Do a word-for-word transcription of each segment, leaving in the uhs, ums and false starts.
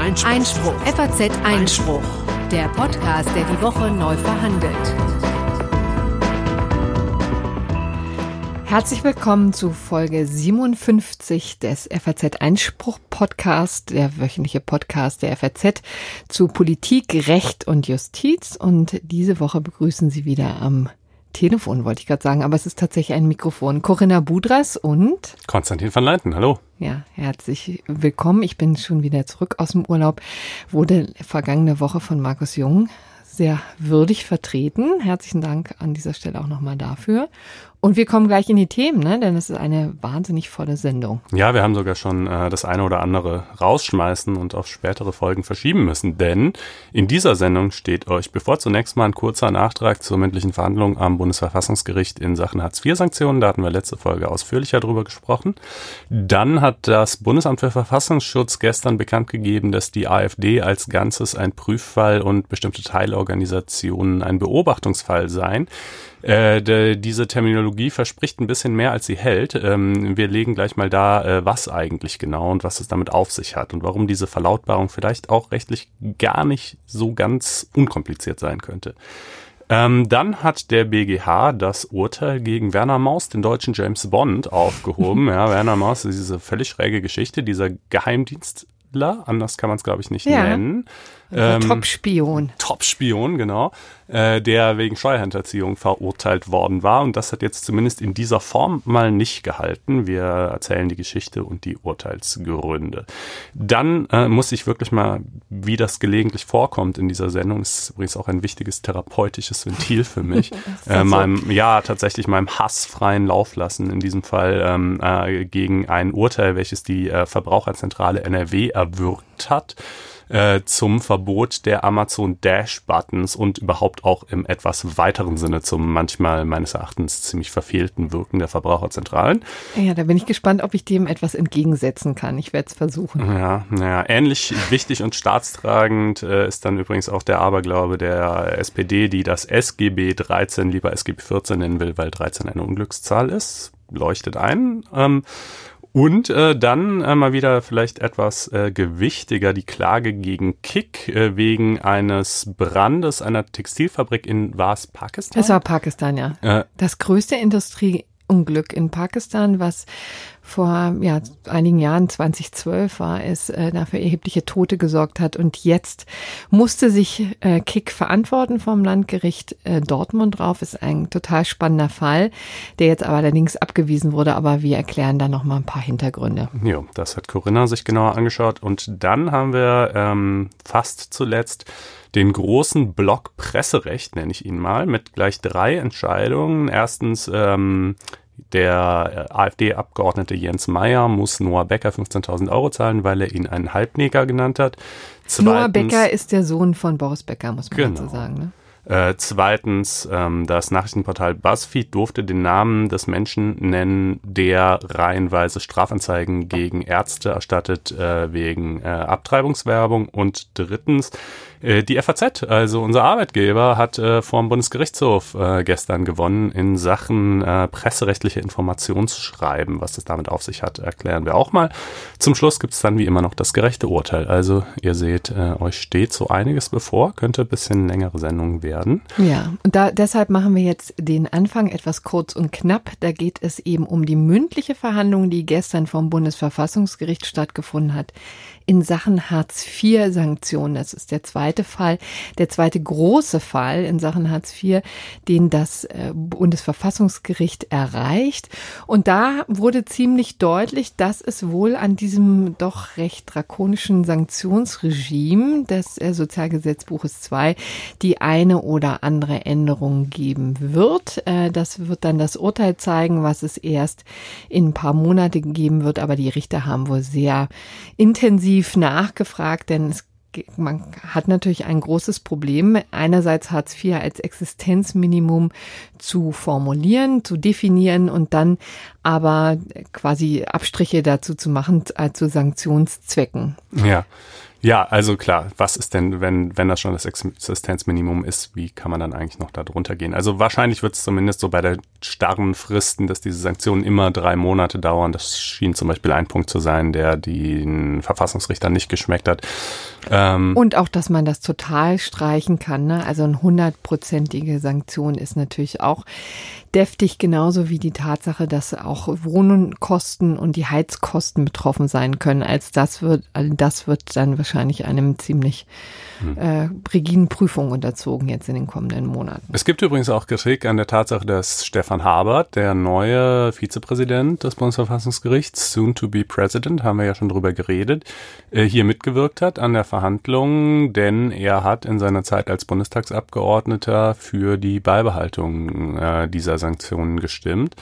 Einspruch. Einspruch. F A Z Einspruch. Der Podcast, der die Woche neu verhandelt. Herzlich willkommen zu Folge siebenundfünfzig des F A Z Einspruch Podcast, der wöchentliche Podcast der F A Z zu Politik, Recht und Justiz. Und diese Woche begrüßen Sie wieder am Telefon, wollte ich gerade sagen, aber es ist tatsächlich ein Mikrofon. Corinna Budras und Konstantin van Leinten, hallo. Ja, herzlich willkommen. Ich bin schon wieder zurück aus dem Urlaub, wurde vergangene Woche von Markus Jung sehr würdig vertreten. Herzlichen Dank an dieser Stelle auch nochmal dafür. Und wir kommen gleich in die Themen, ne? Denn es ist eine wahnsinnig volle Sendung. Ja, wir haben sogar schon äh, das eine oder andere rausschmeißen und auf spätere Folgen verschieben müssen. Denn in dieser Sendung steht euch bevor zunächst mal ein kurzer Nachtrag zur mündlichen Verhandlung am Bundesverfassungsgericht in Sachen Hartz vier Sanktionen. Da hatten wir letzte Folge ausführlicher drüber gesprochen. Dann hat das Bundesamt für Verfassungsschutz gestern bekannt gegeben, dass die AfD als Ganzes ein Prüffall und bestimmte Teilorganisationen ein Beobachtungsfall seien. Äh, de, diese Terminologie verspricht ein bisschen mehr, als sie hält. Ähm, wir legen gleich mal da, äh, was eigentlich genau und was es damit auf sich hat und warum diese Verlautbarung vielleicht auch rechtlich gar nicht so ganz unkompliziert sein könnte. Ähm, dann hat der B G H das Urteil gegen Werner Maus, den deutschen James Bond, aufgehoben. Ja, Werner Maus ist diese völlig schräge Geschichte, dieser Geheimdienstler, anders kann man es glaube ich nicht ja. nennen. Ähm, Top-Spion. Top-Spion, genau, äh, der wegen Steuerhinterziehung verurteilt worden war. Und das hat jetzt zumindest in dieser Form mal nicht gehalten. Wir erzählen die Geschichte und die Urteilsgründe. Dann äh, muss ich wirklich mal, wie das gelegentlich vorkommt in dieser Sendung, ist übrigens auch ein wichtiges therapeutisches Ventil für mich, äh, meinem, ja, tatsächlich meinem Hass freien Lauf lassen, in diesem Fall ähm, äh, gegen ein Urteil, welches die äh, Verbraucherzentrale N R W erwirkt hat, Äh, zum Verbot der Amazon Dash-Buttons und überhaupt auch im etwas weiteren Sinne zum manchmal meines Erachtens ziemlich verfehlten Wirken der Verbraucherzentralen. Ja, da bin ich gespannt, ob ich dem etwas entgegensetzen kann. Ich werde es versuchen. Ja, naja, ähnlich wichtig und staatstragend äh, ist dann übrigens auch der Aberglaube der S P D, die das S G B dreizehn lieber S G B vierzehn nennen will, weil dreizehn eine Unglückszahl ist. Leuchtet ein. Ähm, Und äh, dann äh, mal wieder vielleicht etwas äh, gewichtiger die Klage gegen Kick äh, wegen eines Brandes einer Textilfabrik in, war es Pakistan? Es war Pakistan, ja. Äh, das größte Industrieunglück in Pakistan, was vor ja, einigen Jahren, zwanzig zwölf war es, äh, dafür erhebliche Tote gesorgt hat. Und jetzt musste sich äh, Kick verantworten vom Landgericht äh, Dortmund drauf. Ist ein total spannender Fall, der jetzt aber allerdings abgewiesen wurde. Aber wir erklären da noch mal ein paar Hintergründe. Ja, das hat Corinna sich genauer angeschaut. Und dann haben wir ähm, fast zuletzt den großen Block Presserecht, nenne ich ihn mal, mit gleich drei Entscheidungen. Erstens, ähm, der AfD-Abgeordnete Jens Meyer muss Noah Becker fünfzehntausend Euro zahlen, weil er ihn einen Halbneger genannt hat. Zweitens, Noah Becker ist der Sohn von Boris Becker, muss man genau. dazu sagen, ne? Äh, zweitens, ähm, das Nachrichtenportal BuzzFeed durfte den Namen des Menschen nennen, der reihenweise Strafanzeigen gegen Ärzte erstattet äh, wegen äh, Abtreibungswerbung. Und drittens, äh, die F A Z, also unser Arbeitgeber, hat äh, vor dem Bundesgerichtshof äh, gestern gewonnen in Sachen äh, presserechtliche Informationsschreiben. Was das damit auf sich hat, erklären wir auch mal. Zum Schluss gibt es dann wie immer noch das gerechte Urteil. Also ihr seht, äh, euch steht so einiges bevor, könnte ein bisschen längere Sendung werden. Ja, und da, deshalb machen wir jetzt den Anfang etwas kurz und knapp. Da geht es eben um die mündliche Verhandlung, die gestern vom Bundesverfassungsgericht stattgefunden hat in Sachen Hartz vier Sanktionen. Das ist der zweite Fall, der zweite große Fall in Sachen Hartz vier, den das Bundesverfassungsgericht erreicht. Und da wurde ziemlich deutlich, dass es wohl an diesem doch recht drakonischen Sanktionsregime des Sozialgesetzbuches zwei die eine oder andere Änderung geben wird. Das wird dann das Urteil zeigen, was es erst in ein paar Monate geben wird. Aber die Richter haben wohl sehr intensiv nachgefragt, denn es man hat natürlich ein großes Problem, einerseits Hartz vier als Existenzminimum zu formulieren, zu definieren und dann aber quasi Abstriche dazu zu machen, zu Sanktionszwecken. Ja. Ja, also klar, was ist denn, wenn wenn das schon das Existenzminimum ist, wie kann man dann eigentlich noch da drunter gehen? Also wahrscheinlich wird es zumindest so bei der starren Fristen, dass diese Sanktionen immer drei Monate dauern. Das schien zum Beispiel ein Punkt zu sein, der den Verfassungsrichtern nicht geschmeckt hat. Ähm, und auch, dass man das total streichen kann. Ne? Also eine hundertprozentige Sanktion ist natürlich auch deftig, genauso wie die Tatsache, dass auch Wohnkosten und die Heizkosten betroffen sein können. Als das wird, also das wird dann wahrscheinlich einem ziemlich hm. äh, rigiden Prüfung unterzogen jetzt in den kommenden Monaten. Es gibt übrigens auch Kritik an der Tatsache, dass Stefan Habert, der neue Vizepräsident des Bundesverfassungsgerichts, soon to be President, haben wir ja schon drüber geredet, äh, hier mitgewirkt hat an der Verhandlungen, denn er hat in seiner Zeit als Bundestagsabgeordneter für die Beibehaltung äh, dieser Sanktionen gestimmt.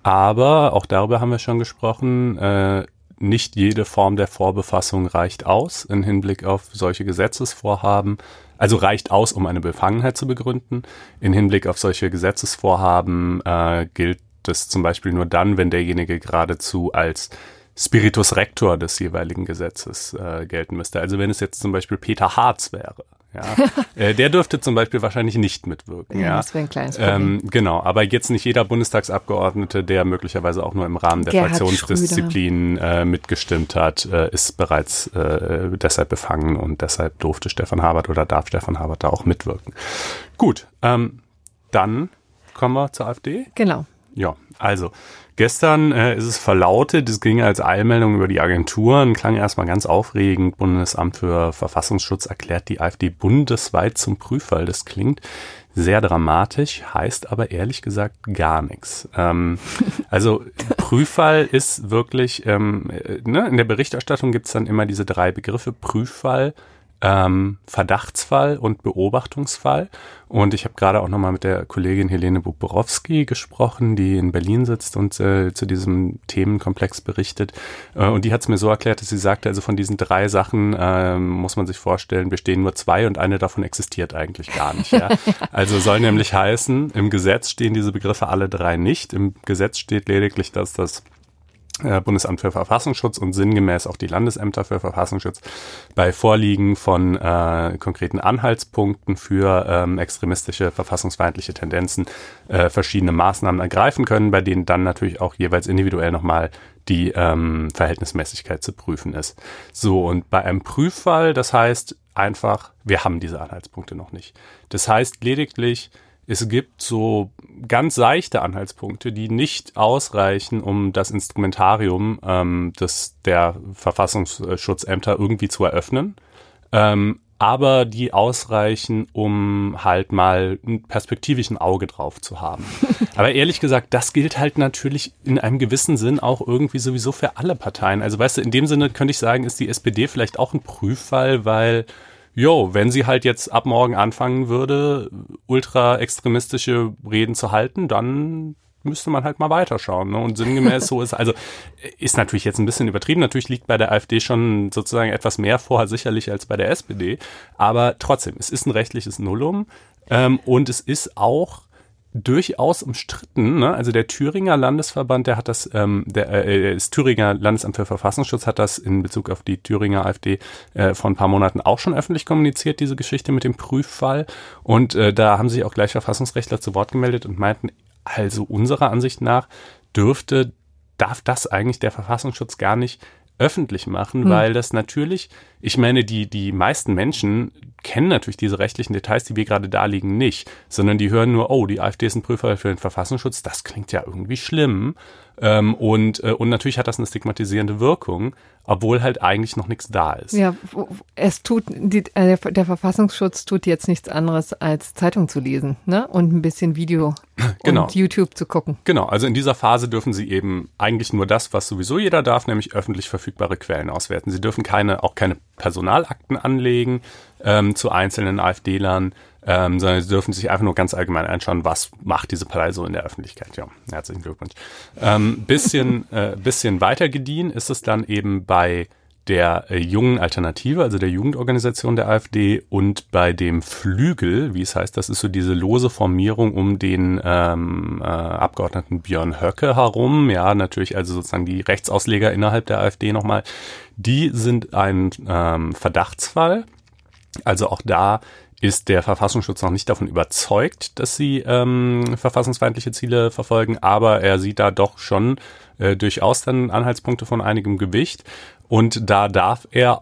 Aber auch darüber haben wir schon gesprochen, äh, nicht jede Form der Vorbefassung reicht aus im Hinblick auf solche Gesetzesvorhaben. Also reicht aus, um eine Befangenheit zu begründen. Im Hinblick auf solche Gesetzesvorhaben äh, gilt das zum Beispiel nur dann, wenn derjenige geradezu als Spiritus Rector des jeweiligen Gesetzes äh, gelten müsste. Also wenn es jetzt zum Beispiel Peter Hartz wäre, ja, äh, der dürfte zum Beispiel wahrscheinlich nicht mitwirken. Ja, ja. Das wäre ein kleines Problem. Ähm, genau, aber jetzt nicht jeder Bundestagsabgeordnete, der möglicherweise auch nur im Rahmen der Gerhard Fraktionsdisziplin äh, mitgestimmt hat, äh, ist bereits äh, deshalb befangen und deshalb durfte Stefan Habert oder darf Stefan Habert da auch mitwirken. Gut, ähm, dann kommen wir zur AfD. Genau. Ja, also gestern äh, ist es verlautet, es ging als Eilmeldung über die Agenturen, klang erstmal ganz aufregend. Bundesamt für Verfassungsschutz erklärt die AfD bundesweit zum Prüffall. Das klingt sehr dramatisch, heißt aber ehrlich gesagt gar nichts. Ähm, also Prüffall ist wirklich, ähm, ne, in der Berichterstattung gibt es dann immer diese drei Begriffe: Prüffall, Ähm, Verdachtsfall und Beobachtungsfall. Und ich habe gerade auch nochmal mit der Kollegin Helene Buborowski gesprochen, die in Berlin sitzt und äh, zu diesem Themenkomplex berichtet. Äh, und die hat es mir so erklärt, dass sie sagte, also von diesen drei Sachen äh, muss man sich vorstellen, bestehen nur zwei und eine davon existiert eigentlich gar nicht. Ja? Also soll nämlich heißen, im Gesetz stehen diese Begriffe alle drei nicht. Im Gesetz steht lediglich, dass das Bundesamt für Verfassungsschutz und sinngemäß auch die Landesämter für Verfassungsschutz bei Vorliegen von äh, konkreten Anhaltspunkten für ähm, extremistische, verfassungsfeindliche Tendenzen äh, verschiedene Maßnahmen ergreifen können, bei denen dann natürlich auch jeweils individuell nochmal die ähm, Verhältnismäßigkeit zu prüfen ist. So, und bei einem Prüffall, das heißt einfach, wir haben diese Anhaltspunkte noch nicht. Das heißt lediglich, es gibt so ganz seichte Anhaltspunkte, die nicht ausreichen, um das Instrumentarium ähm, des, der Verfassungsschutzämter irgendwie zu eröffnen, ähm, aber die ausreichen, um halt mal ein perspektivischen Auge drauf zu haben. Aber ehrlich gesagt, das gilt halt natürlich in einem gewissen Sinn auch irgendwie sowieso für alle Parteien. Also weißt du, in dem Sinne könnte ich sagen, ist die S P D vielleicht auch ein Prüffall, weil Jo, wenn sie halt jetzt ab morgen anfangen würde, ultra-extremistische Reden zu halten, dann müsste man halt mal weiterschauen. Ne? Und sinngemäß so ist, also ist natürlich jetzt ein bisschen übertrieben. Natürlich liegt bei der AfD schon sozusagen etwas mehr vor, sicherlich als bei der S P D. Aber trotzdem, es ist ein rechtliches Nullum. Ähm, und es ist auch durchaus umstritten, ne? Also der Thüringer Landesverband, der hat das, ähm, der äh, das Thüringer Landesamt für Verfassungsschutz hat das in Bezug auf die Thüringer AfD äh, vor ein paar Monaten auch schon öffentlich kommuniziert, diese Geschichte mit dem Prüffall. Und äh, da haben sich auch gleich Verfassungsrechtler zu Wort gemeldet und meinten, also unserer Ansicht nach dürfte, darf das eigentlich der Verfassungsschutz gar nicht öffentlich machen, hm. weil das natürlich, ich meine, die die meisten Menschen kennen natürlich diese rechtlichen Details, die wir gerade darlegen, nicht, sondern die hören nur, oh, die AfD ist ein Prüfer für den Verfassungsschutz, das klingt ja irgendwie schlimm. Ähm, und, äh, und natürlich hat das eine stigmatisierende Wirkung, obwohl halt eigentlich noch nichts da ist. Ja, es tut, die, äh, der Verfassungsschutz tut jetzt nichts anderes als Zeitung zu lesen, ne? Und ein bisschen Video genau. und YouTube zu gucken. Genau, also in dieser Phase dürfen sie eben eigentlich nur das, was sowieso jeder darf, nämlich öffentlich verfügbare Quellen auswerten. Sie dürfen keine, auch keine Personalakten anlegen ähm, zu einzelnen AfD-Lern, Ähm, sondern sie dürfen sich einfach nur ganz allgemein anschauen, was macht diese Partei so in der Öffentlichkeit. Ja, herzlichen Glückwunsch. Ähm, bisschen, äh, bisschen weiter gediehen ist es dann eben bei der äh, jungen Alternative, also der Jugendorganisation der AfD und bei dem Flügel, wie es heißt, das ist so diese lose Formierung um den ähm, äh, Abgeordneten Björn Höcke herum, ja, natürlich also sozusagen die Rechtsausleger innerhalb der AfD nochmal, die sind ein ähm, Verdachtsfall, also auch da ist der Verfassungsschutz noch nicht davon überzeugt, dass sie ähm, verfassungsfeindliche Ziele verfolgen, aber er sieht da doch schon äh, durchaus dann Anhaltspunkte von einigem Gewicht und da darf er auch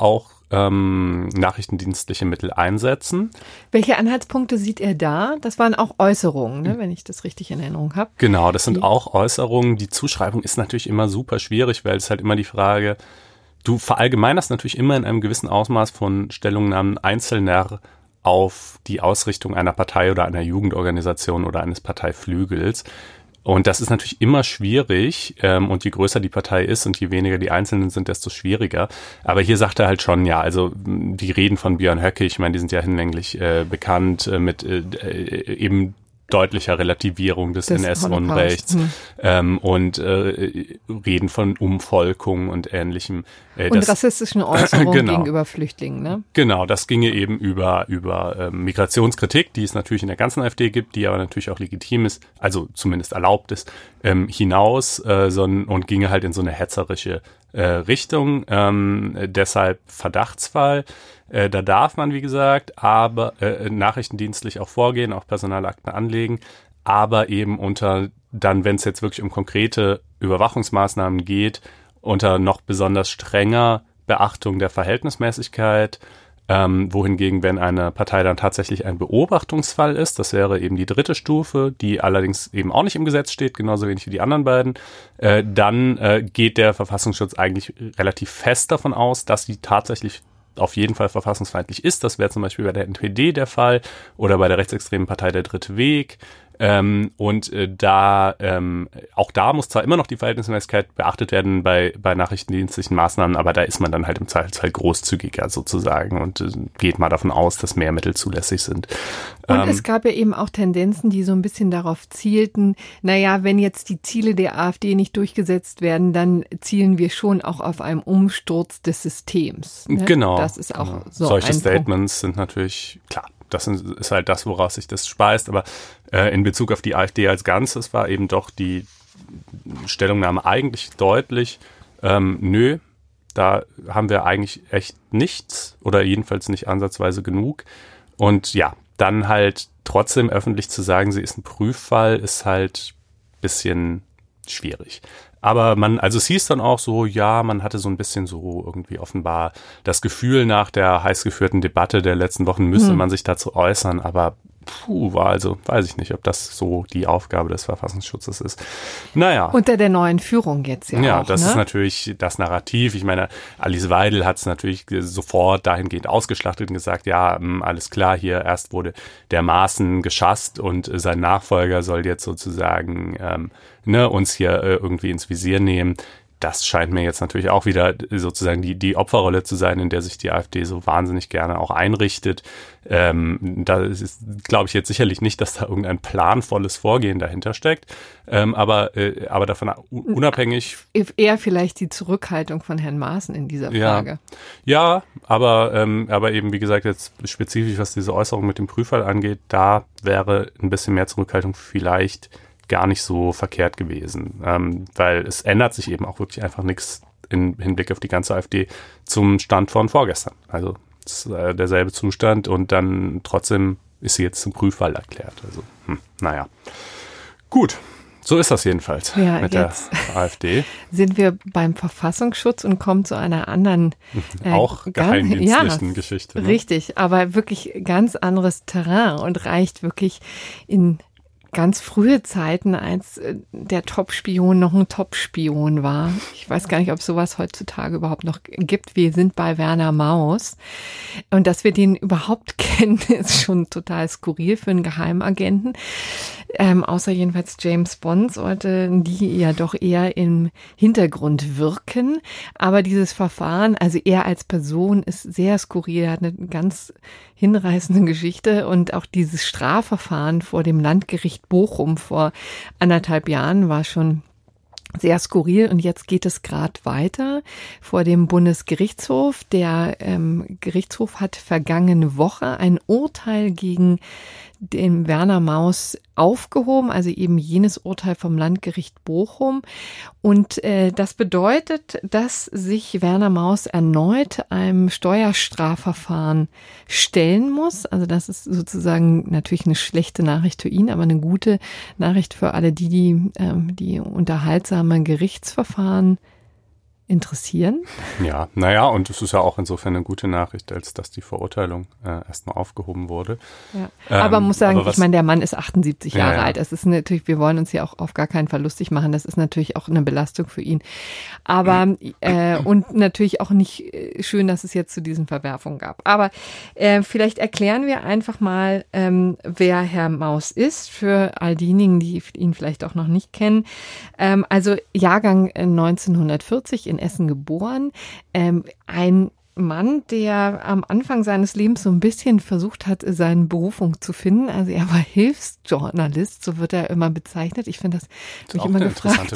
ähm, nachrichtendienstliche Mittel einsetzen. Welche Anhaltspunkte sieht er da? Das waren auch Äußerungen, ne, wenn ich das richtig in Erinnerung habe. Genau, das sind die auch Äußerungen. Die Zuschreibung ist natürlich immer super schwierig, weil es halt immer die Frage, du verallgemeinerst natürlich immer in einem gewissen Ausmaß von Stellungnahmen Einzelner auf die Ausrichtung einer Partei oder einer Jugendorganisation oder eines Parteiflügels. Und das ist natürlich immer schwierig, ähm, und je größer die Partei ist und je weniger die Einzelnen sind, desto schwieriger. Aber hier sagt er halt schon, ja, also die Reden von Björn Höcke, ich meine, die sind ja hinlänglich äh, bekannt äh, mit äh, eben deutlicher Relativierung des, des N S-Unrechts hm. ähm, und äh, Reden von Umvolkung und Ähnlichem. Äh, und das, rassistischen Äußerungen genau. gegenüber Flüchtlingen, ne? Genau, das ginge eben über über ähm, Migrationskritik, die es natürlich in der ganzen AfD gibt, die aber natürlich auch legitim ist, also zumindest erlaubt ist, ähm, hinaus äh, so, und ginge halt in so eine hetzerische äh, Richtung. Ähm, deshalb Verdachtsfall. Äh, da darf man, wie gesagt, aber äh, nachrichtendienstlich auch vorgehen, auch Personalakten anlegen, aber eben unter dann, wenn es jetzt wirklich um konkrete Überwachungsmaßnahmen geht, unter noch besonders strenger Beachtung der Verhältnismäßigkeit, ähm, wohingegen, wenn eine Partei dann tatsächlich ein Beobachtungsfall ist, das wäre eben die dritte Stufe, die allerdings eben auch nicht im Gesetz steht, genauso wenig wie die anderen beiden, äh, dann äh, geht der Verfassungsschutz eigentlich relativ fest davon aus, dass sie tatsächlich auf jeden Fall verfassungsfeindlich ist. Das wäre zum Beispiel bei der N P D der Fall oder bei der rechtsextremen Partei Der Dritte Weg. Ähm, und äh, da ähm, auch da muss zwar immer noch die Verhältnismäßigkeit beachtet werden bei bei nachrichtendienstlichen Maßnahmen, aber da ist man dann halt im Zweifelsfall großzügiger sozusagen und äh, geht mal davon aus, dass mehr Mittel zulässig sind. Und ähm, es gab ja eben auch Tendenzen, die so ein bisschen darauf zielten, naja, wenn jetzt die Ziele der AfD nicht durchgesetzt werden, dann zielen wir schon auch auf einen Umsturz des Systems. Ne? Genau. Das ist auch genau. so Solche ein Statements Punkt. Sind natürlich, klar, das ist halt das, woraus sich das speist, aber äh, in Bezug auf die AfD als Ganzes war eben doch die Stellungnahme eigentlich deutlich, ähm, nö, da haben wir eigentlich echt nichts oder jedenfalls nicht ansatzweise genug. Und ja, dann halt trotzdem öffentlich zu sagen, sie ist ein Prüffall, ist halt ein bisschen schwierig. Aber man, also es hieß dann auch so, ja, man hatte so ein bisschen so irgendwie offenbar das Gefühl nach der heiß geführten Debatte der letzten Wochen, müsste hm. man sich dazu äußern, aber puh, war also, weiß ich nicht, ob das so die Aufgabe des Verfassungsschutzes ist. Naja. Unter der neuen Führung jetzt ja Ja, auch, das ne? ist natürlich das Narrativ. Ich meine, Alice Weidel hat es natürlich sofort dahingehend ausgeschlachtet und gesagt, ja, alles klar, hier erst wurde dermaßen geschasst und sein Nachfolger soll jetzt sozusagen ähm, ne, uns hier äh, irgendwie ins Visier nehmen. Das scheint mir jetzt natürlich auch wieder sozusagen die, die Opferrolle zu sein, in der sich die AfD so wahnsinnig gerne auch einrichtet. Ähm, da ist, glaube ich, jetzt sicherlich nicht, dass da irgendein planvolles Vorgehen dahinter steckt. Ähm, aber, äh, aber davon unabhängig. Eher vielleicht die Zurückhaltung von Herrn Maaßen in dieser Frage. Ja, ja aber, ähm, aber eben, wie gesagt, jetzt spezifisch, was diese Äußerung mit dem Prüffall angeht, da wäre ein bisschen mehr Zurückhaltung vielleicht gar nicht so verkehrt gewesen, ähm, weil es ändert sich eben auch wirklich einfach nichts im Hinblick auf die ganze AfD zum Stand von vorgestern. Also es ist äh, derselbe Zustand und dann trotzdem ist sie jetzt zum Prüffall erklärt. Also hm, naja, gut, so ist das jedenfalls ja, mit der AfD. Sind wir beim Verfassungsschutz und kommen zu einer anderen äh, auch geheimdienstlichen ja, Geschichte. Ne? Richtig, aber wirklich ganz anderes Terrain und reicht wirklich in ganz frühe Zeiten, als der Top-Spion noch ein Top-Spion war. Ich weiß gar nicht, ob es sowas heutzutage überhaupt noch gibt. Wir sind bei Werner Maus. Und dass wir den überhaupt kennen, ist schon total skurril für einen Geheimagenten. Ähm, außer jedenfalls James Bond sollten die ja doch eher im Hintergrund wirken. Aber dieses Verfahren, also er als Person ist sehr skurril, er hat eine ganz hinreißende Geschichte und auch dieses Strafverfahren vor dem Landgericht Bochum vor anderthalb Jahren war schon sehr skurril und jetzt geht es gerade weiter vor dem Bundesgerichtshof. Der ähm, Gerichtshof hat vergangene Woche ein Urteil gegen den Werner Maus aufgehoben, also eben jenes Urteil vom Landgericht Bochum. Und äh, das bedeutet, dass sich Werner Maus erneut einem Steuerstrafverfahren stellen muss. Also das ist sozusagen natürlich eine schlechte Nachricht für ihn, aber eine gute Nachricht für alle die, die ähm, die unterhaltsame Gerichtsverfahren interessieren. Ja, naja, und es ist ja auch insofern eine gute Nachricht, als dass die Verurteilung äh, erstmal aufgehoben wurde. Ja. Ähm, aber man muss sagen, ich meine, der Mann ist achtundsiebzig Jahre ja, ja. alt. Es ist natürlich, wir wollen uns ja auch auf gar keinen Fall lustig machen. Das ist natürlich auch eine Belastung für ihn. Aber äh, und natürlich auch nicht schön, dass es jetzt zu diesen Verwerfungen gab. Aber äh, vielleicht erklären wir einfach mal, ähm, wer Herr Maus ist, für all diejenigen, die ihn vielleicht auch noch nicht kennen. Ähm, also Jahrgang neunzehnhundertvierzig in Essen geboren. Ähm, ein Mann, der am Anfang seines Lebens so ein bisschen versucht hat, seine Berufung zu finden. Also er war Hilfsjournalist, so wird er immer bezeichnet. Ich finde das, das mich immer gefragt,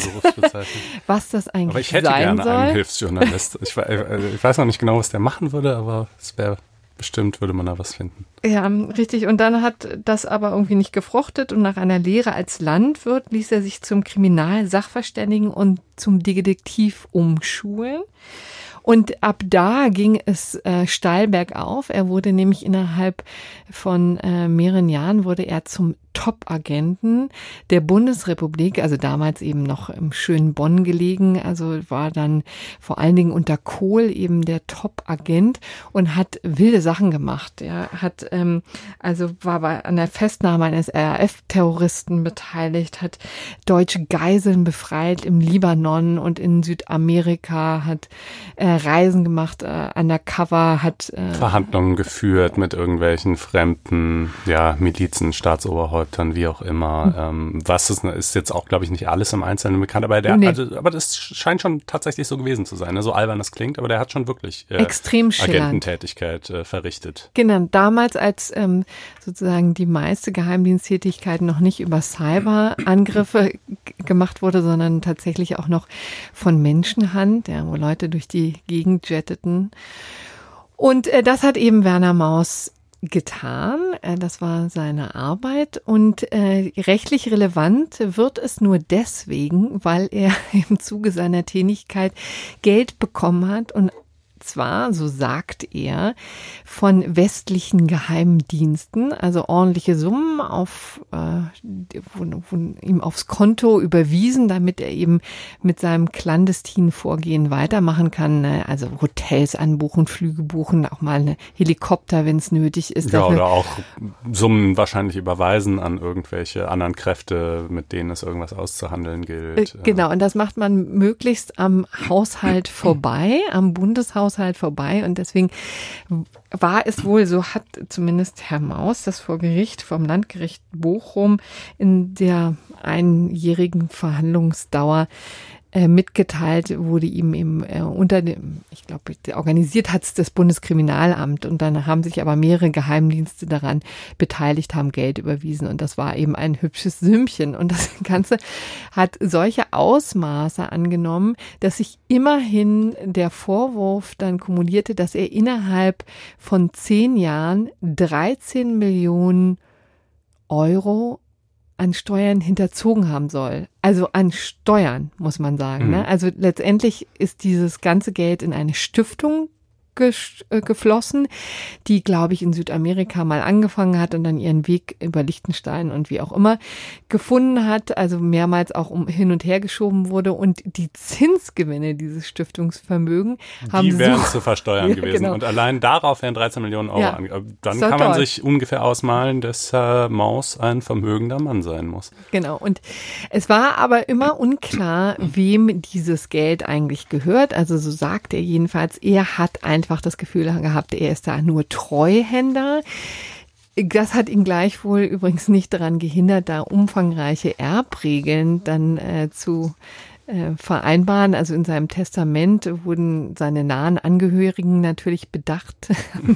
was das eigentlich sein soll. Aber ich hätte gerne soll. einen Hilfsjournalist. Ich, ich weiß noch nicht genau, was der machen würde, aber es wäre bestimmt, würde man da was finden. Ja, richtig. Und dann hat das aber irgendwie nicht gefruchtet und nach einer Lehre als Landwirt ließ er sich zum Kriminalsachverständigen und zum Detektiv umschulen. Und ab da ging es äh, steil bergauf. Er wurde nämlich innerhalb von äh, mehreren Jahren wurde er zum Top-Agenten der Bundesrepublik, also damals eben noch im schönen Bonn gelegen, also war dann vor allen Dingen unter Kohl eben der Top-Agent und hat wilde Sachen gemacht. Er hat ähm, also war bei an der Festnahme eines R A F-Terroristen beteiligt, hat deutsche Geiseln befreit im Libanon und in Südamerika, hat äh, Reisen gemacht, äh, undercover, hat äh, Verhandlungen geführt mit irgendwelchen fremden, ja, Milizen, Staatsoberhäuptern, wie auch immer. Ähm, was ist, ist jetzt auch, glaube ich, nicht alles im Einzelnen bekannt, aber der, nee. also, aber das scheint schon tatsächlich so gewesen zu sein, ne? So albern das klingt, aber der hat schon wirklich äh, extrem Agententätigkeit äh, verrichtet. Genau, damals als ähm, sozusagen die meiste Geheimdiensttätigkeit noch nicht über Cyberangriffe g- gemacht wurde, sondern tatsächlich auch noch von Menschenhand, ja, wo Leute durch die Gegend jetteten. Und äh, das hat eben Werner Maus getan. Das war seine Arbeit und äh, rechtlich relevant wird es nur deswegen, weil er im Zuge seiner Tätigkeit Geld bekommen hat und zwar, so sagt er, von westlichen Geheimdiensten, also ordentliche Summen auf, äh, wurden, wurden ihm aufs Konto überwiesen, damit er eben mit seinem clandestinen Vorgehen weitermachen kann. Ne? Also Hotels anbuchen, Flüge buchen, auch mal eine Helikopter, wenn es nötig ist. Ja, dafür. Oder auch Summen wahrscheinlich überweisen an irgendwelche anderen Kräfte, mit denen es irgendwas auszuhandeln gilt. Äh, genau, und das macht man möglichst am Haushalt vorbei, am Bundeshaushalt vorbei und deswegen war es wohl, so hat zumindest Herr Maus das vor Gericht vom Landgericht Bochum in der einjährigen Verhandlungsdauer äh, mitgeteilt, wurde ihm eben äh, unter dem, ich glaube, organisiert hat es das Bundeskriminalamt und dann haben sich aber mehrere Geheimdienste daran beteiligt, haben Geld überwiesen und das war eben ein hübsches Sümmchen und das Ganze hat solche Ausmaße angenommen, dass sich immerhin der Vorwurf dann kumulierte, dass er innerhalb von zehn Jahren dreizehn Millionen Euro an Steuern hinterzogen haben soll. Also an Steuern, muss man sagen. Mhm. Ne? Also letztendlich ist dieses ganze Geld in eine Stiftung geflossen, die, glaube ich, in Südamerika mal angefangen hat und dann ihren Weg über Liechtenstein und wie auch immer gefunden hat, also mehrmals auch um hin und her geschoben wurde und die Zinsgewinne dieses Stiftungsvermögen haben die wären so, zu versteuern ja, gewesen genau. Und allein darauf wären dreizehn Millionen Euro ja, ange- dann kann man toll. sich ungefähr ausmalen, dass Herr Maus ein vermögender Mann sein muss. Genau, und es war aber immer unklar, wem dieses Geld eigentlich gehört, also so sagt er jedenfalls, er hat ein einfach das Gefühl gehabt, er ist da nur Treuhänder. Das hat ihn gleichwohl übrigens nicht daran gehindert, da umfangreiche Erbregeln dann äh, zu äh, vereinbaren. Also in seinem Testament wurden seine nahen Angehörigen natürlich bedacht.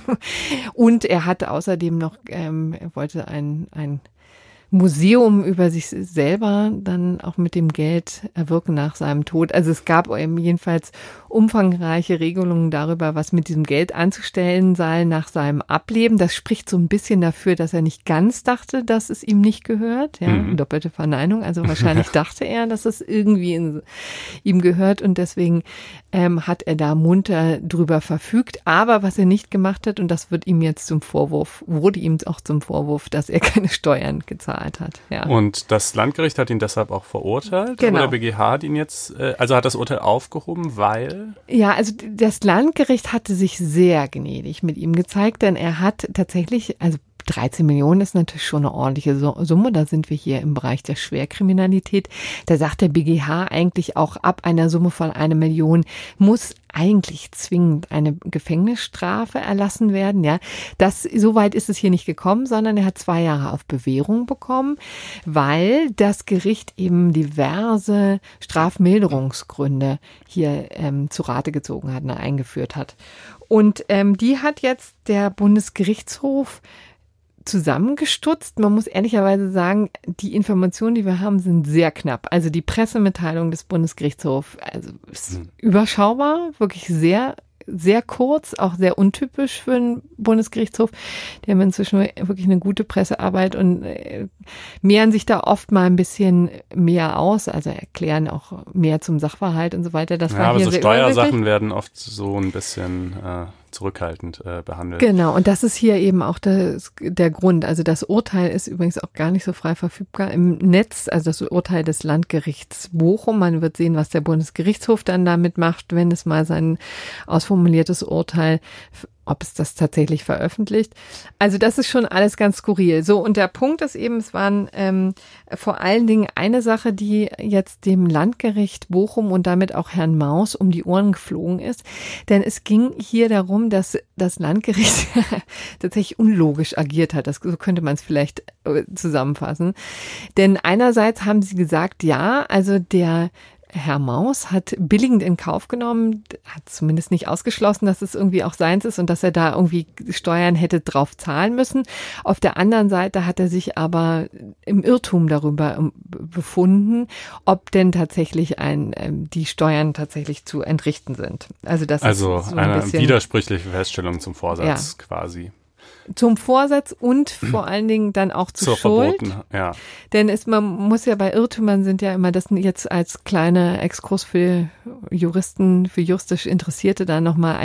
Und er hatte außerdem noch, ähm, er wollte ein, ein Museum über sich selber dann auch mit dem Geld erwirken nach seinem Tod. Also es gab jedenfalls umfangreiche Regelungen darüber, was mit diesem Geld anzustellen sei nach seinem Ableben. Das spricht so ein bisschen dafür, dass er nicht ganz dachte, dass es ihm nicht gehört. Ja, mhm. Doppelte Verneinung. Also wahrscheinlich dachte er, dass es irgendwie in, ihm gehört und deswegen ähm, hat er da munter drüber verfügt. Aber was er nicht gemacht hat, und das wird ihm jetzt zum Vorwurf, wurde ihm auch zum Vorwurf, dass er keine Steuern gezahlt bezahlt hat. Ja. Und das Landgericht hat ihn deshalb auch verurteilt? Genau. Oder der B G H hat ihn jetzt, also hat das Urteil aufgehoben, weil? Ja, also das Landgericht hatte sich sehr gnädig mit ihm gezeigt, denn er hat tatsächlich, also dreizehn Millionen ist natürlich schon eine ordentliche Summe. Da sind wir hier im Bereich der Schwerkriminalität. Da sagt der B G H eigentlich auch, ab einer Summe von einer Million muss eigentlich zwingend eine Gefängnisstrafe erlassen werden. Ja, das, so weit ist es hier nicht gekommen, sondern er hat zwei Jahre auf Bewährung bekommen, weil das Gericht eben diverse Strafmilderungsgründe hier ähm, zu Rate gezogen hat, ne, eingeführt hat. Und ähm, die hat jetzt der Bundesgerichtshof zusammengestutzt. Man muss ehrlicherweise sagen, die Informationen, die wir haben, sind sehr knapp. Also die Pressemitteilung des Bundesgerichtshofs, also ist mhm. überschaubar, wirklich sehr, sehr kurz, auch sehr untypisch für einen Bundesgerichtshof. Die haben inzwischen wirklich eine gute Pressearbeit und äh, mehren sich da oft mal ein bisschen mehr aus, also erklären auch mehr zum Sachverhalt und so weiter. Das ja, war aber hier so sehr Steuersachen werden oft so ein bisschen äh zurückhaltend äh, behandelt. Genau, und das ist hier eben auch das, der Grund. Also das Urteil ist übrigens auch gar nicht so frei verfügbar im Netz, also das Urteil des Landgerichts Bochum. Man wird sehen, was der Bundesgerichtshof dann damit macht, wenn es mal sein ausformuliertes Urteil, ob es das tatsächlich veröffentlicht. Also das ist schon alles ganz skurril. So, und der Punkt ist eben, es waren ähm, vor allen Dingen eine Sache, die jetzt dem Landgericht Bochum und damit auch Herrn Maus um die Ohren geflogen ist. Denn es ging hier darum, dass das Landgericht tatsächlich unlogisch agiert hat. Das, so könnte man es vielleicht zusammenfassen. Denn einerseits haben sie gesagt, ja, also der Herr Maus hat billigend in Kauf genommen, hat zumindest nicht ausgeschlossen, dass es irgendwie auch seins ist und dass er da irgendwie Steuern hätte drauf zahlen müssen. Auf der anderen Seite hat er sich aber im Irrtum darüber befunden, ob denn tatsächlich ein, die Steuern tatsächlich zu entrichten sind. Also das also ist so ein eine bisschen widersprüchliche Feststellung zum Vorsatz ja. quasi. Zum Vorsatz und vor allen Dingen dann auch zu Zur Schuld. Verboten, ja. Denn es, man muss ja bei Irrtümern sind ja immer, das jetzt als kleiner Exkurs für Juristen, für juristisch Interessierte da nochmal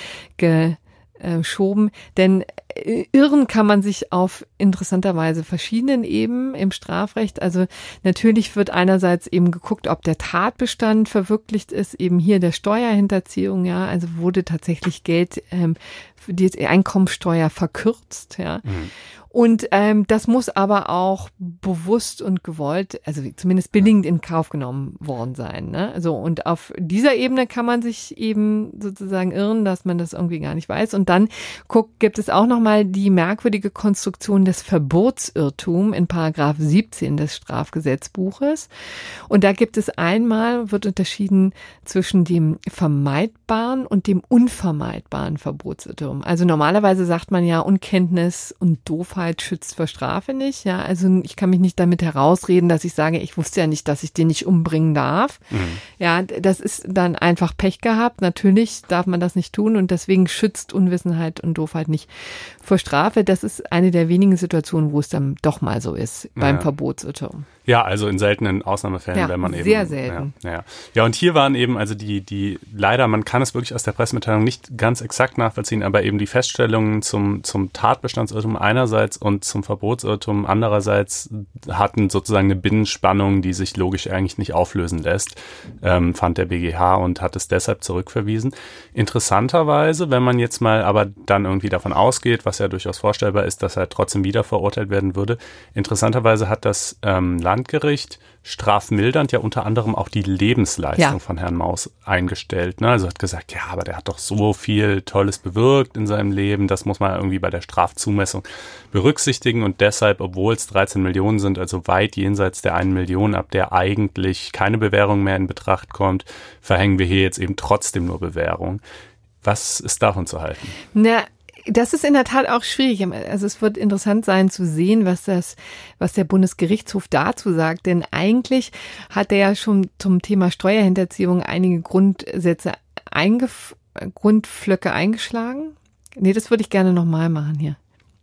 eingeschoben. Denn irren kann man sich auf interessanterweise verschiedenen Ebenen im Strafrecht. Also natürlich wird einerseits eben geguckt, ob der Tatbestand verwirklicht ist, eben hier der Steuerhinterziehung, ja, also wurde tatsächlich Geld ähm, für die Einkommensteuer verkürzt, ja. Mhm. Und ähm, das muss aber auch bewusst und gewollt, also zumindest billigend in Kauf genommen worden sein. Ne? Also und auf dieser Ebene kann man sich eben sozusagen irren, dass man das irgendwie gar nicht weiß. Und dann guckt, gibt es auch nochmal die merkwürdige Konstruktion des Verbotsirrtums in Paragraph siebzehn des Strafgesetzbuches. Und da gibt es einmal, wird unterschieden zwischen dem vermeidbaren und dem unvermeidbaren Verbotsirrtum. Also normalerweise sagt man ja, Unkenntnis und Doofheit schützt vor Strafe nicht. Ja, also ich kann mich nicht damit herausreden, dass ich sage, ich wusste ja nicht, dass ich den nicht umbringen darf. Mhm. Ja, das ist dann einfach Pech gehabt. Natürlich darf man das nicht tun und deswegen schützt Unwissenheit und Doofheit nicht vor Strafe. Das ist eine der wenigen Situationen, wo es dann doch mal so ist beim ja. Verbotsirrtum. Ja, also in seltenen Ausnahmefällen, ja, wenn man eben. Sehr selten. Ja, ja. ja, und hier waren eben, also die, die, leider, man kann es wirklich aus der Pressemitteilung nicht ganz exakt nachvollziehen, aber eben die Feststellungen zum, zum Tatbestandsirrtum einerseits und zum Verbotsirrtum andererseits hatten sozusagen eine Binnenspannung, die sich logisch eigentlich nicht auflösen lässt, ähm, fand der B G H und hat es deshalb zurückverwiesen. Interessanterweise, wenn man jetzt mal aber dann irgendwie davon ausgeht, was ja durchaus vorstellbar ist, dass er trotzdem wieder verurteilt werden würde, interessanterweise hat das ähm, Landgericht strafmildernd ja unter anderem auch die Lebensleistung ja. von Herrn Maus eingestellt. Ne? Also hat gesagt, ja, aber der hat doch so viel Tolles bewirkt in seinem Leben, das muss man irgendwie bei der Strafzumessung berücksichtigen und deshalb, obwohl es dreizehn Millionen sind, also weit jenseits der einen Million, ab der eigentlich keine Bewährung mehr in Betracht kommt, verhängen wir hier jetzt eben trotzdem nur Bewährung. Was ist davon zu halten? Na, das ist in der Tat auch schwierig. Also es wird interessant sein zu sehen, was das, was der Bundesgerichtshof dazu sagt. Denn eigentlich hat er ja schon zum Thema Steuerhinterziehung einige Grundsätze eingef- Grundpflöcke eingeschlagen. Nee, das würde ich gerne nochmal machen hier.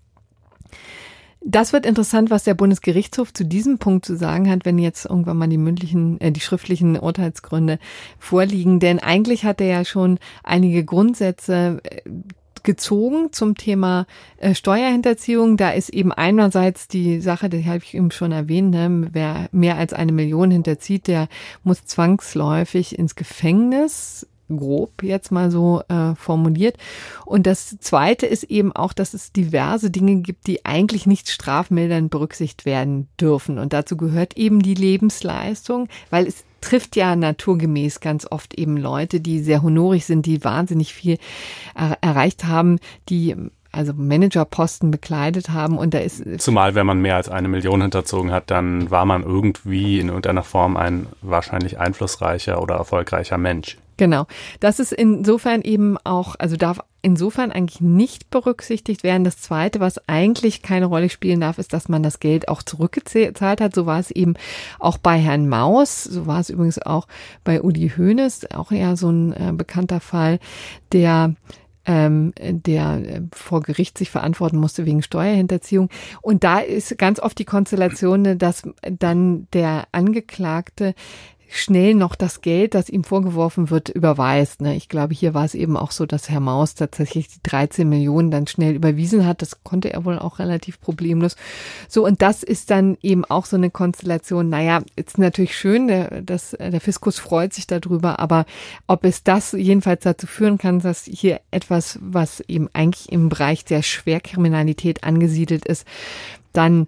Das wird interessant, was der Bundesgerichtshof zu diesem Punkt zu sagen hat, wenn jetzt irgendwann mal die mündlichen, äh, die schriftlichen Urteilsgründe vorliegen. Denn eigentlich hat er ja schon einige Grundsätze gezogen zum Thema äh, Steuerhinterziehung. Da ist eben einerseits die Sache, die habe ich eben schon erwähnt, ne, wer mehr als eine Million hinterzieht, der muss zwangsläufig ins Gefängnis, grob jetzt mal so äh, formuliert. Und das Zweite ist eben auch, dass es diverse Dinge gibt, die eigentlich nicht strafmildernd berücksichtigt werden dürfen. Und dazu gehört eben die Lebensleistung, weil es trifft ja naturgemäß ganz oft eben Leute, die sehr honorig sind, die wahnsinnig viel er- erreicht haben, die also Managerposten bekleidet haben und da ist... Zumal, wenn man mehr als eine Million hinterzogen hat, dann war man irgendwie in irgendeiner Form ein wahrscheinlich einflussreicher oder erfolgreicher Mensch. Genau. Das ist insofern eben auch, also darf insofern eigentlich nicht berücksichtigt werden. Das Zweite, was eigentlich keine Rolle spielen darf, ist, dass man das Geld auch zurückgezahlt hat. So war es eben auch bei Herrn Maus. So war es übrigens auch bei Uli Hoeneß, auch eher so ein äh, bekannter Fall, der Ähm, der vor Gericht sich verantworten musste wegen Steuerhinterziehung. Und da ist ganz oft die Konstellation, dass dann der Angeklagte schnell noch das Geld, das ihm vorgeworfen wird, überweist. Ich glaube, hier war es eben auch so, dass Herr Maus tatsächlich die dreizehn Millionen dann schnell überwiesen hat. Das konnte er wohl auch relativ problemlos. So, und das ist dann eben auch so eine Konstellation. Naja, ist natürlich schön, der, das, der Fiskus freut sich darüber, aber ob es das jedenfalls dazu führen kann, dass hier etwas, was eben eigentlich im Bereich der Schwerkriminalität angesiedelt ist, dann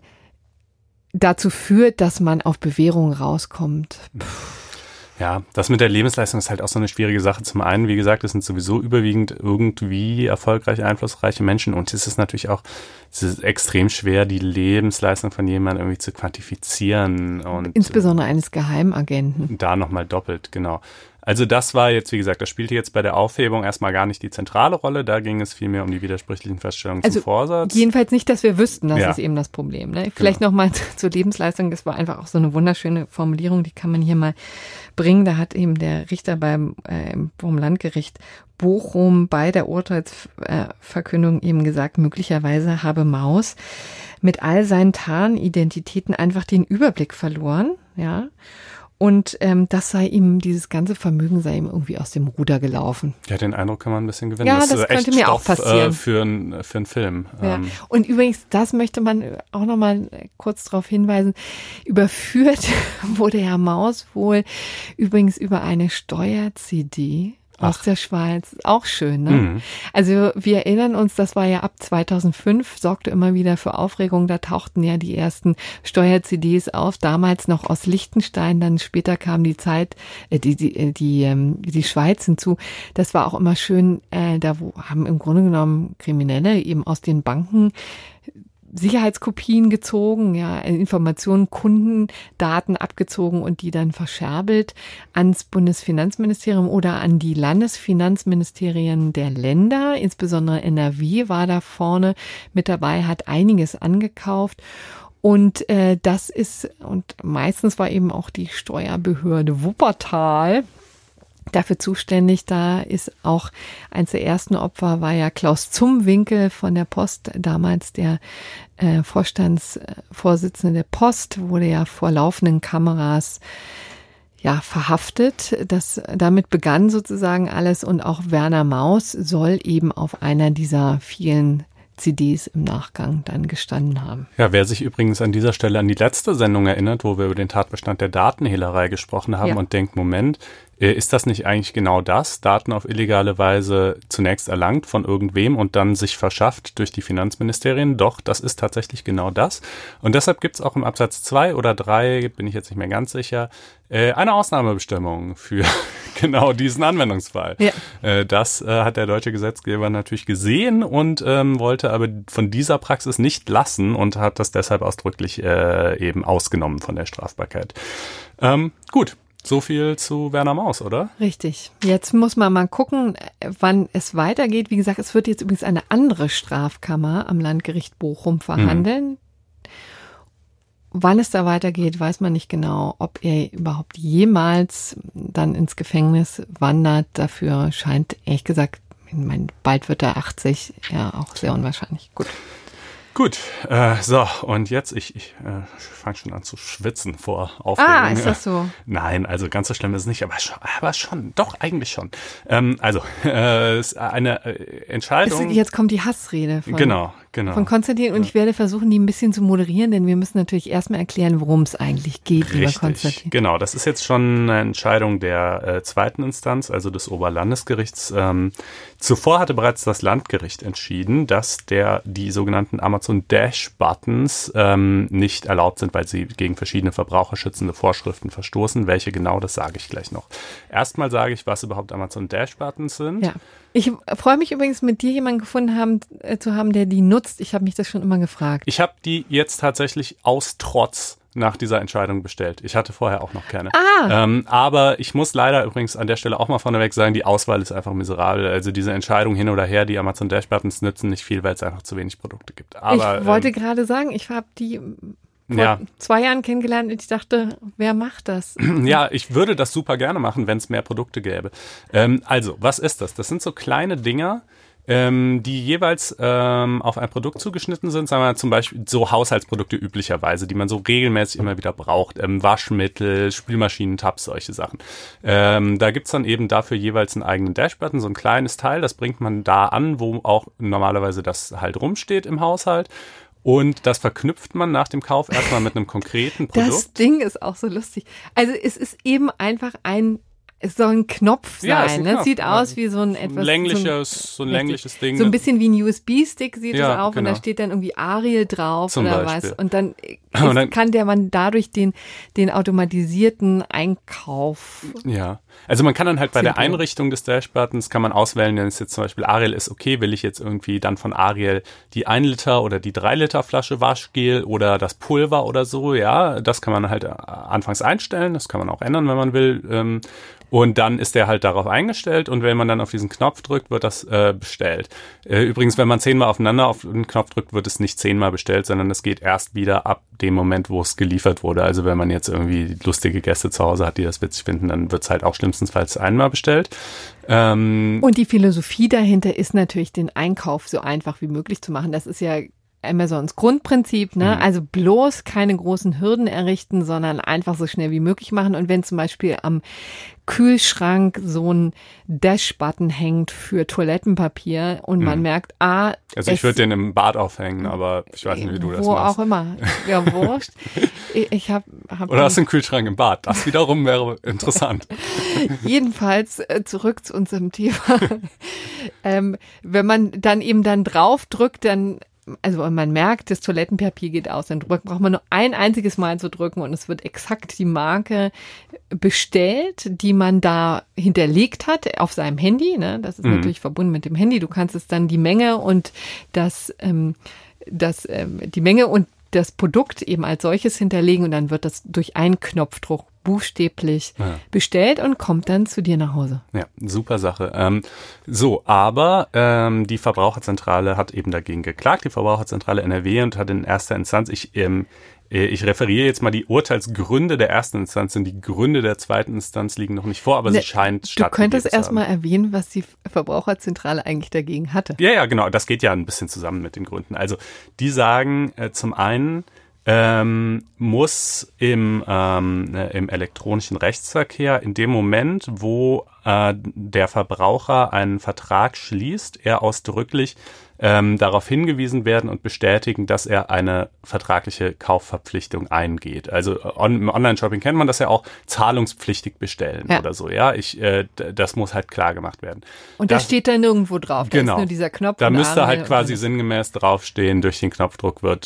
dazu führt, dass man auf Bewährung rauskommt. Puh. Ja, das mit der Lebensleistung ist halt auch so eine schwierige Sache. Zum einen, wie gesagt, es sind sowieso überwiegend irgendwie erfolgreich einflussreiche Menschen und es ist natürlich auch es ist extrem schwer, die Lebensleistung von jemandem irgendwie zu quantifizieren. Und insbesondere eines Geheimagenten. Da nochmal doppelt, genau. Also das war jetzt, wie gesagt, das spielte jetzt bei der Aufhebung erstmal gar nicht die zentrale Rolle. Da ging es vielmehr um die widersprüchlichen Feststellungen also zum Vorsatz. Jedenfalls nicht, dass wir wüssten, das ja. ist eben das Problem. Ne? Vielleicht genau. nochmal zur Lebensleistung. Das war einfach auch so eine wunderschöne Formulierung, die kann man hier mal bringen. Da hat eben der Richter beim äh, vom Landgericht Bochum bei der Urteilsverkündung eben gesagt, möglicherweise habe Maus mit all seinen Tarnidentitäten einfach den Überblick verloren, ja. Und ähm, das sei ihm, dieses ganze Vermögen sei ihm irgendwie aus dem Ruder gelaufen. Ja, den Eindruck kann man ein bisschen gewinnen. Ja, das, das ist könnte echt mir Stoff, auch passieren. Äh, für, ein, für einen Film. Ja. Ähm. Und übrigens, das möchte man auch nochmal kurz darauf hinweisen, überführt wurde Herr Maus wohl übrigens über eine Steuer-C D aus Ach. der Schweiz. Auch schön, ne? Mhm. Also wir erinnern uns, das war ja ab zweitausendfünf, sorgte immer wieder für Aufregung. Da tauchten ja die ersten Steuer-C Ds auf, damals noch aus Liechtenstein, dann später kam die Zeit, äh, die, die, die, ähm, die Schweiz hinzu. Das war auch immer schön, äh, da wo, haben im Grunde genommen Kriminelle eben aus den Banken Sicherheitskopien gezogen, ja, Informationen, Kundendaten abgezogen und die dann verscherbelt ans Bundesfinanzministerium oder an die Landesfinanzministerien der Länder. Insbesondere N R W war da vorne mit dabei, hat einiges angekauft. Und äh, das ist, und meistens war eben auch die Steuerbehörde Wuppertal dafür zuständig. Da ist auch eins der ersten Opfer war ja Klaus Zumwinkel von der Post, damals der äh, Vorstandsvorsitzende der Post, wurde ja vor laufenden Kameras ja verhaftet. Das damit begann sozusagen alles und auch Werner Maus soll eben auf einer dieser vielen C Ds im Nachgang dann gestanden haben. Ja, wer sich übrigens an dieser Stelle an die letzte Sendung erinnert, wo wir über den Tatbestand der Datenhehlerei gesprochen haben ja. und denkt, Moment, ist das nicht eigentlich genau das? Daten auf illegale Weise zunächst erlangt von irgendwem und dann sich verschafft durch die Finanzministerien? Doch, das ist tatsächlich genau das. Und deshalb gibt es auch im Absatz zwei oder drei, bin ich jetzt nicht mehr ganz sicher, eine Ausnahmebestimmung für genau diesen Anwendungsfall. Ja. Das hat der deutsche Gesetzgeber natürlich gesehen und ähm, wollte aber von dieser Praxis nicht lassen und hat das deshalb ausdrücklich äh, eben ausgenommen von der Strafbarkeit. Ähm, gut. So viel zu Werner Maus, oder? Richtig. Jetzt muss man mal gucken, wann es weitergeht. Wie gesagt, es wird jetzt übrigens eine andere Strafkammer am Landgericht Bochum verhandeln. Mhm. Wann es da weitergeht, weiß man nicht genau. Ob er überhaupt jemals dann ins Gefängnis wandert, dafür scheint, ehrlich gesagt, ich meine, bald wird er achtzig, ja auch sehr unwahrscheinlich. Gut. Gut, äh, so, und jetzt, ich, ich äh, fange schon an zu schwitzen vor Aufregung. Ah, ist das so? Nein, also ganz so schlimm ist es nicht, aber schon, aber schon, doch, eigentlich schon. Ähm, also, äh, ist eine äh, Entscheidung. Ist, jetzt kommt die Hassrede von, genau, genau. von Konstantin und ja. ich werde versuchen, die ein bisschen zu moderieren, denn wir müssen natürlich erstmal erklären, worum es eigentlich geht, Richtig, lieber Konstantin. Genau, das ist jetzt schon eine Entscheidung der äh, zweiten Instanz, also des Oberlandesgerichts. Ähm, zuvor hatte bereits das Landgericht entschieden, dass der die sogenannten Amazon Dash-Buttons ähm, nicht erlaubt sind, weil sie gegen verschiedene verbraucherschützende Vorschriften verstoßen. Welche genau, das sage ich gleich noch. Erstmal sage ich, was überhaupt Amazon Dash-Buttons sind. Ja. Ich freue mich übrigens, mit dir jemanden gefunden haben, äh, zu haben, der die nutzt. Ich habe mich das schon immer gefragt. Ich habe die jetzt tatsächlich aus Trotz nach dieser Entscheidung bestellt. Ich hatte vorher auch noch keine. Ah. Ähm, aber ich muss leider übrigens an der Stelle auch mal vorneweg sagen, die Auswahl ist einfach miserabel. Also diese Entscheidung hin oder her, die Amazon Dash Buttons nützen nicht viel, weil es einfach zu wenig Produkte gibt. Aber, ich wollte ähm, gerade sagen, ich habe die vor ja. zwei Jahren kennengelernt und ich dachte, wer macht das? Ja, ich würde das super gerne machen, wenn es mehr Produkte gäbe. Ähm, also, was ist das? Das sind so kleine Dinger, Ähm, die jeweils ähm, auf ein Produkt zugeschnitten sind, sagen wir zum Beispiel so Haushaltsprodukte üblicherweise, die man so regelmäßig immer wieder braucht, ähm, Waschmittel, Spülmaschinen, Tabs, solche Sachen. Ähm, da gibt's dann eben dafür jeweils einen eigenen Dashbutton, so ein kleines Teil, das bringt man da an, wo auch normalerweise das halt rumsteht im Haushalt. Und das verknüpft man nach dem Kauf erstmal mit einem konkreten Produkt. Das Ding ist auch so lustig. Also es ist eben einfach ein Es soll ein Knopf sein, ja, ein ne? Knopf. Sieht aus wie so ein etwas... Ein längliches, so ein, so ein längliches Ding. So ein bisschen wie ein U S B-Stick sieht ja, es auf genau. und da steht dann irgendwie Ariel drauf Zum oder Beispiel. was. Und dann, ist, und dann kann der man dadurch den, den automatisierten Einkauf... Ja, also man kann dann halt bei der Simple. Einrichtung des Dashbuttons kann man auswählen, wenn es jetzt zum Beispiel Ariel ist, okay, will ich jetzt irgendwie dann von Ariel die ein Liter oder die drei Liter Flasche Waschgel oder das Pulver oder so, ja, das kann man halt anfangs einstellen, das kann man auch ändern, wenn man will. Ähm, Und dann ist der halt darauf eingestellt und wenn man dann auf diesen Knopf drückt, wird das äh, bestellt. Äh, übrigens, wenn man zehnmal aufeinander auf den Knopf drückt, wird es nicht zehnmal bestellt, sondern es geht erst wieder ab dem Moment, wo es geliefert wurde. Also wenn man jetzt irgendwie lustige Gäste zu Hause hat, die das witzig finden, dann wird es halt auch schlimmstenfalls einmal bestellt. Ähm, und die Philosophie dahinter ist natürlich, den Einkauf so einfach wie möglich zu machen. Das ist ja Amazons Grundprinzip, ne? Mhm. Also bloß keine großen Hürden errichten, sondern einfach so schnell wie möglich machen. Und wenn zum Beispiel am Kühlschrank so ein Dash-Button hängt für Toilettenpapier und man mhm. merkt, ah, also ich würde den im Bad aufhängen, aber ich weiß nicht, wie du das wo machst. auch immer. Ja, wurscht. ich ich hab, hab Oder hast du einen Kühlschrank im Bad? Das wiederum wäre interessant. Jedenfalls äh, zurück zu unserem Thema. ähm, wenn man dann eben dann drauf drückt, dann also man merkt, das Toilettenpapier geht aus, dann braucht man nur ein einziges Mal zu drücken und es wird exakt die Marke bestellt, die man da hinterlegt hat auf seinem Handy. Ne? Das ist mhm. natürlich verbunden mit dem Handy. Du kannst es dann die Menge und das, ähm, das, ähm, die Menge und das Produkt eben als solches hinterlegen und dann wird das durch einen Knopfdruck buchstäblich ja. bestellt und kommt dann zu dir nach Hause. Ja, super Sache. Ähm, so, aber ähm, die Verbraucherzentrale hat eben dagegen geklagt, die Verbraucherzentrale N R W, und hat in erster Instanz, ich ähm, ich referiere jetzt mal die Urteilsgründe der ersten Instanz, denn die Gründe der zweiten Instanz liegen noch nicht vor, aber ne, sie scheint stattgegeben zu haben. Du könntest erstmal erwähnen, was die Verbraucherzentrale eigentlich dagegen hatte. Ja, ja, genau. Das geht ja ein bisschen zusammen mit den Gründen. Also die sagen äh, zum einen, ähm, muss im, ähm, äh, im elektronischen Rechtsverkehr in dem Moment, wo äh, der Verbraucher einen Vertrag schließt, er ausdrücklich ähm, darauf hingewiesen werden und bestätigen, dass er eine vertragliche Kaufverpflichtung eingeht. Also on, im Online-Shopping kennt man das ja auch, zahlungspflichtig bestellen ja. oder so. Ja, ich, äh, das muss halt klar gemacht werden. Und das, das steht da nirgendwo drauf. Da genau. ist nur dieser Knopf. Da müsste halt quasi sinngemäß draufstehen, durch den Knopfdruck wird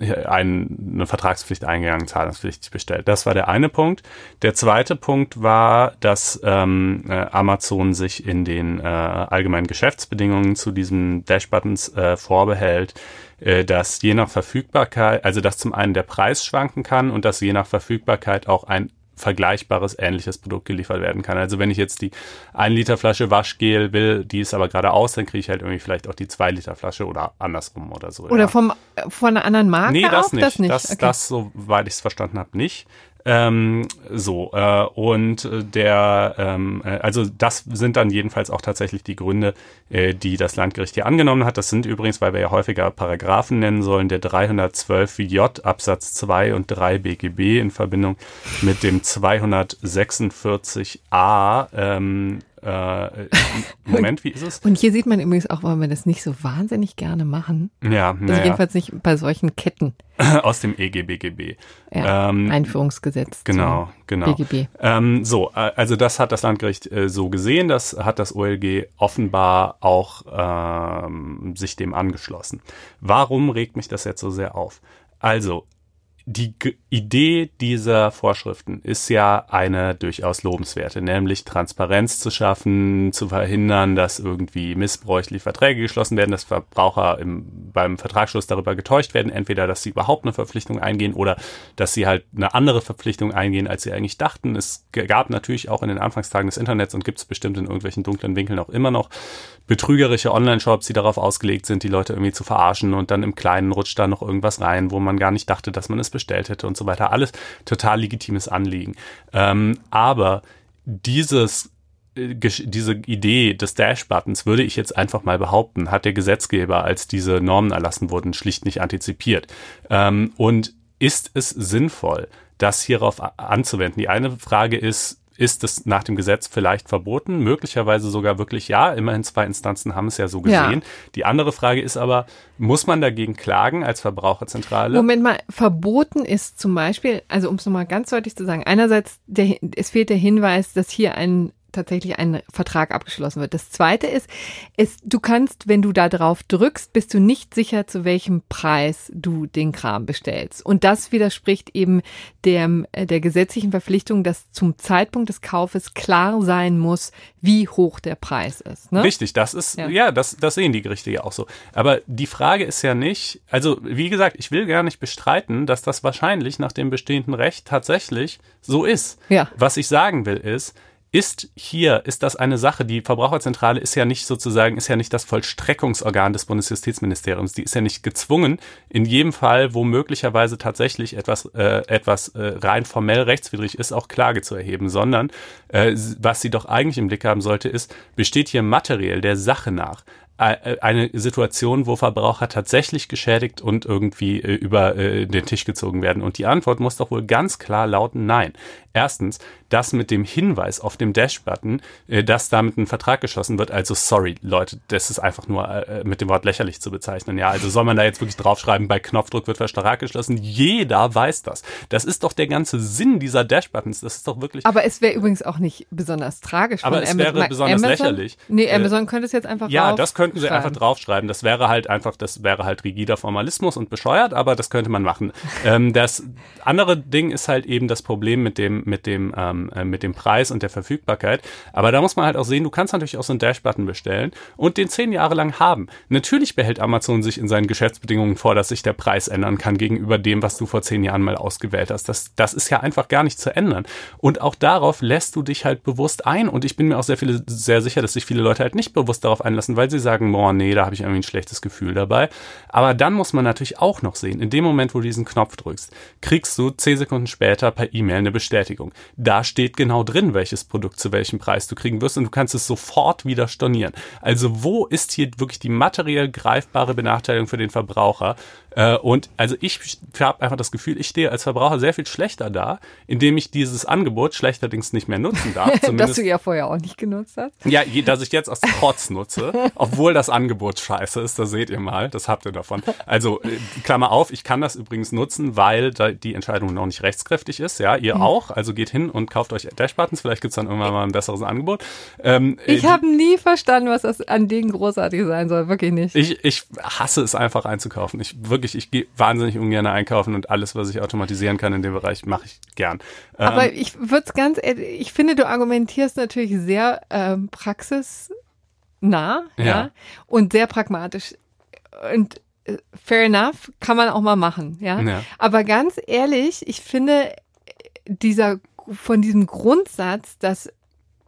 ein, eine Vertragspflicht eingegangen, zahlungspflichtig bestellt. Das war der eine Punkt. Der zweite Punkt war, dass ähm, äh, Amazon sich in den äh, allgemeinen Geschäftsbedingungen zu diesen Dashbuttons äh, vorbehält, äh, dass je nach Verfügbarkeit, also dass zum einen der Preis schwanken kann und dass je nach Verfügbarkeit auch ein vergleichbares, ähnliches Produkt geliefert werden kann. Also wenn ich jetzt die ein Liter Flasche Waschgel will, die ist aber gerade aus, dann kriege ich halt irgendwie vielleicht auch die zwei Liter Flasche oder andersrum oder so. Oder ja. vom, von einer anderen Marke Nee, das auch? nicht. Das nicht. Das, okay. das, soweit ich es verstanden habe, nicht. Ähm, so, äh, und der, ähm, also das sind dann jedenfalls auch tatsächlich die Gründe, äh, die das Landgericht hier angenommen hat. Das sind übrigens, weil wir ja häufiger Paragraphen nennen sollen, der dreihundertzwölf J Absatz zwei und drei B G B in Verbindung mit dem zweihundertsechsundvierzig a, ähm, Äh, Moment, wie ist es? Und hier sieht man übrigens auch, weil wir das nicht so wahnsinnig gerne machen. Ja, also ja. jedenfalls nicht bei solchen Ketten. Aus dem E G B G B. Ja, ähm, Einführungsgesetz. Genau, genau. B G B. Ähm, so, also das hat das Landgericht äh, so gesehen, das hat das O L G offenbar auch ähm, sich dem angeschlossen. Warum regt mich das jetzt so sehr auf? Also, die G- Idee dieser Vorschriften ist ja eine durchaus lobenswerte, nämlich Transparenz zu schaffen, zu verhindern, dass irgendwie missbräuchlich Verträge geschlossen werden, dass Verbraucher im, beim Vertragsschluss darüber getäuscht werden, entweder, dass sie überhaupt eine Verpflichtung eingehen oder dass sie halt eine andere Verpflichtung eingehen, als sie eigentlich dachten. Es gab natürlich auch in den Anfangstagen des Internets und gibt es bestimmt in irgendwelchen dunklen Winkeln auch immer noch betrügerische Online-Shops, die darauf ausgelegt sind, die Leute irgendwie zu verarschen und dann im Kleinen rutscht da noch irgendwas rein, wo man gar nicht dachte, dass man es bestellt hätte und so weiter. Alles total legitimes Anliegen. Ähm, aber dieses diese Idee des Dash-Buttons, würde ich jetzt einfach mal behaupten, hat der Gesetzgeber, als diese Normen erlassen wurden, schlicht nicht antizipiert. Ähm, und ist es sinnvoll, das hierauf anzuwenden? Die eine Frage ist, ist es nach dem Gesetz vielleicht verboten? Möglicherweise sogar wirklich ja. Immerhin zwei Instanzen haben es ja so gesehen. Ja. Die andere Frage ist aber, muss man dagegen klagen als Verbraucherzentrale? Moment mal, verboten ist zum Beispiel, also um es nochmal ganz deutlich zu sagen, einerseits, der, es fehlt der Hinweis, dass hier ein tatsächlich ein Vertrag abgeschlossen wird. Das Zweite ist, ist, du kannst, wenn du da drauf drückst, bist du nicht sicher, zu welchem Preis du den Kram bestellst. Und das widerspricht eben der, der gesetzlichen Verpflichtung, dass zum Zeitpunkt des Kaufes klar sein muss, wie hoch der Preis ist. Ne? Richtig, das ist, ja, ja das, das sehen die Gerichte ja auch so. Aber die Frage ist ja nicht, also wie gesagt, ich will gar nicht bestreiten, dass das wahrscheinlich nach dem bestehenden Recht tatsächlich so ist. Ja. Was ich sagen will ist, Ist hier, ist das eine Sache, die Verbraucherzentrale ist ja nicht sozusagen, ist ja nicht das Vollstreckungsorgan des Bundesjustizministeriums. Die ist ja nicht gezwungen, in jedem Fall, wo möglicherweise tatsächlich etwas, äh, etwas äh, rein formell rechtswidrig ist, auch Klage zu erheben, sondern äh, was sie doch eigentlich im Blick haben sollte, ist, besteht hier materiell der Sache nach eine Situation, wo Verbraucher tatsächlich geschädigt und irgendwie äh, über äh, den Tisch gezogen werden. Und die Antwort muss doch wohl ganz klar lauten, nein. Erstens, das mit dem Hinweis auf dem Dash-Button, äh, dass damit ein Vertrag geschlossen wird, also sorry, Leute, das ist einfach nur äh, mit dem Wort lächerlich zu bezeichnen. Ja, also soll man da jetzt wirklich draufschreiben, bei Knopfdruck wird Vertrag geschlossen? Jeder weiß das. Das ist doch der ganze Sinn dieser Dash-Buttons. Das ist doch wirklich... Aber es wäre übrigens auch nicht besonders tragisch. Aber es Amazon, wäre besonders Amazon? lächerlich. Nee, Amazon äh, könnte es jetzt einfach Ja, das könnten sie einfach draufschreiben. Das wäre halt einfach, das wäre halt rigider Formalismus und bescheuert, aber das könnte man machen. ähm, das andere Ding ist halt eben das Problem mit dem, mit dem, ähm, mit dem Preis und der Verfügbarkeit. Aber da muss man halt auch sehen, du kannst natürlich auch so einen Dash-Button bestellen und den zehn Jahre lang haben. Natürlich behält Amazon sich in seinen Geschäftsbedingungen vor, dass sich der Preis ändern kann gegenüber dem, was du vor zehn Jahren mal ausgewählt hast. Das, das ist ja einfach gar nicht zu ändern. Und auch darauf lässt du dich halt bewusst ein. Und ich bin mir auch sehr viele, sehr sicher, dass sich viele Leute halt nicht bewusst darauf einlassen, weil sie sagen, boah, nee, da habe ich irgendwie ein schlechtes Gefühl dabei. Aber dann muss man natürlich auch noch sehen, in dem Moment, wo du diesen Knopf drückst, kriegst du zehn Sekunden später per E-Mail eine Bestätigung. Da steht genau drin, welches Produkt zu welchem Preis du kriegen wirst und du kannst es sofort wieder stornieren. Also wo ist hier wirklich die materiell greifbare Benachteiligung für den Verbraucher? Äh, und also ich habe einfach das Gefühl, ich stehe als Verbraucher sehr viel schlechter da, indem ich dieses Angebot schlechterdings nicht mehr nutzen darf. Dass du ja vorher auch nicht genutzt hast. Ja, dass ich jetzt aus Trotz nutze, obwohl das Angebot scheiße ist, das seht ihr mal, das habt ihr davon. Also, Klammer auf, ich kann das übrigens nutzen, weil da die Entscheidung noch nicht rechtskräftig ist, ja, ihr mhm. auch, also geht hin und kauft euch Dash-Buttons, vielleicht gibt's dann irgendwann mal ein besseres Angebot. Ähm, ich habe nie verstanden, was das an denen großartig sein soll, wirklich nicht. Ich, ich hasse es einfach einzukaufen, ich wirklich, ich gehe wahnsinnig ungern einkaufen und alles, was ich automatisieren kann in dem Bereich, mache ich gern. Aber ähm, ich würde es ganz, ich finde, du argumentierst natürlich sehr ähm, praxis nah, ja. ja, und sehr pragmatisch. Und äh, fair enough, kann man auch mal machen, ja? ja. Aber ganz ehrlich, ich finde, dieser, von diesem Grundsatz, dass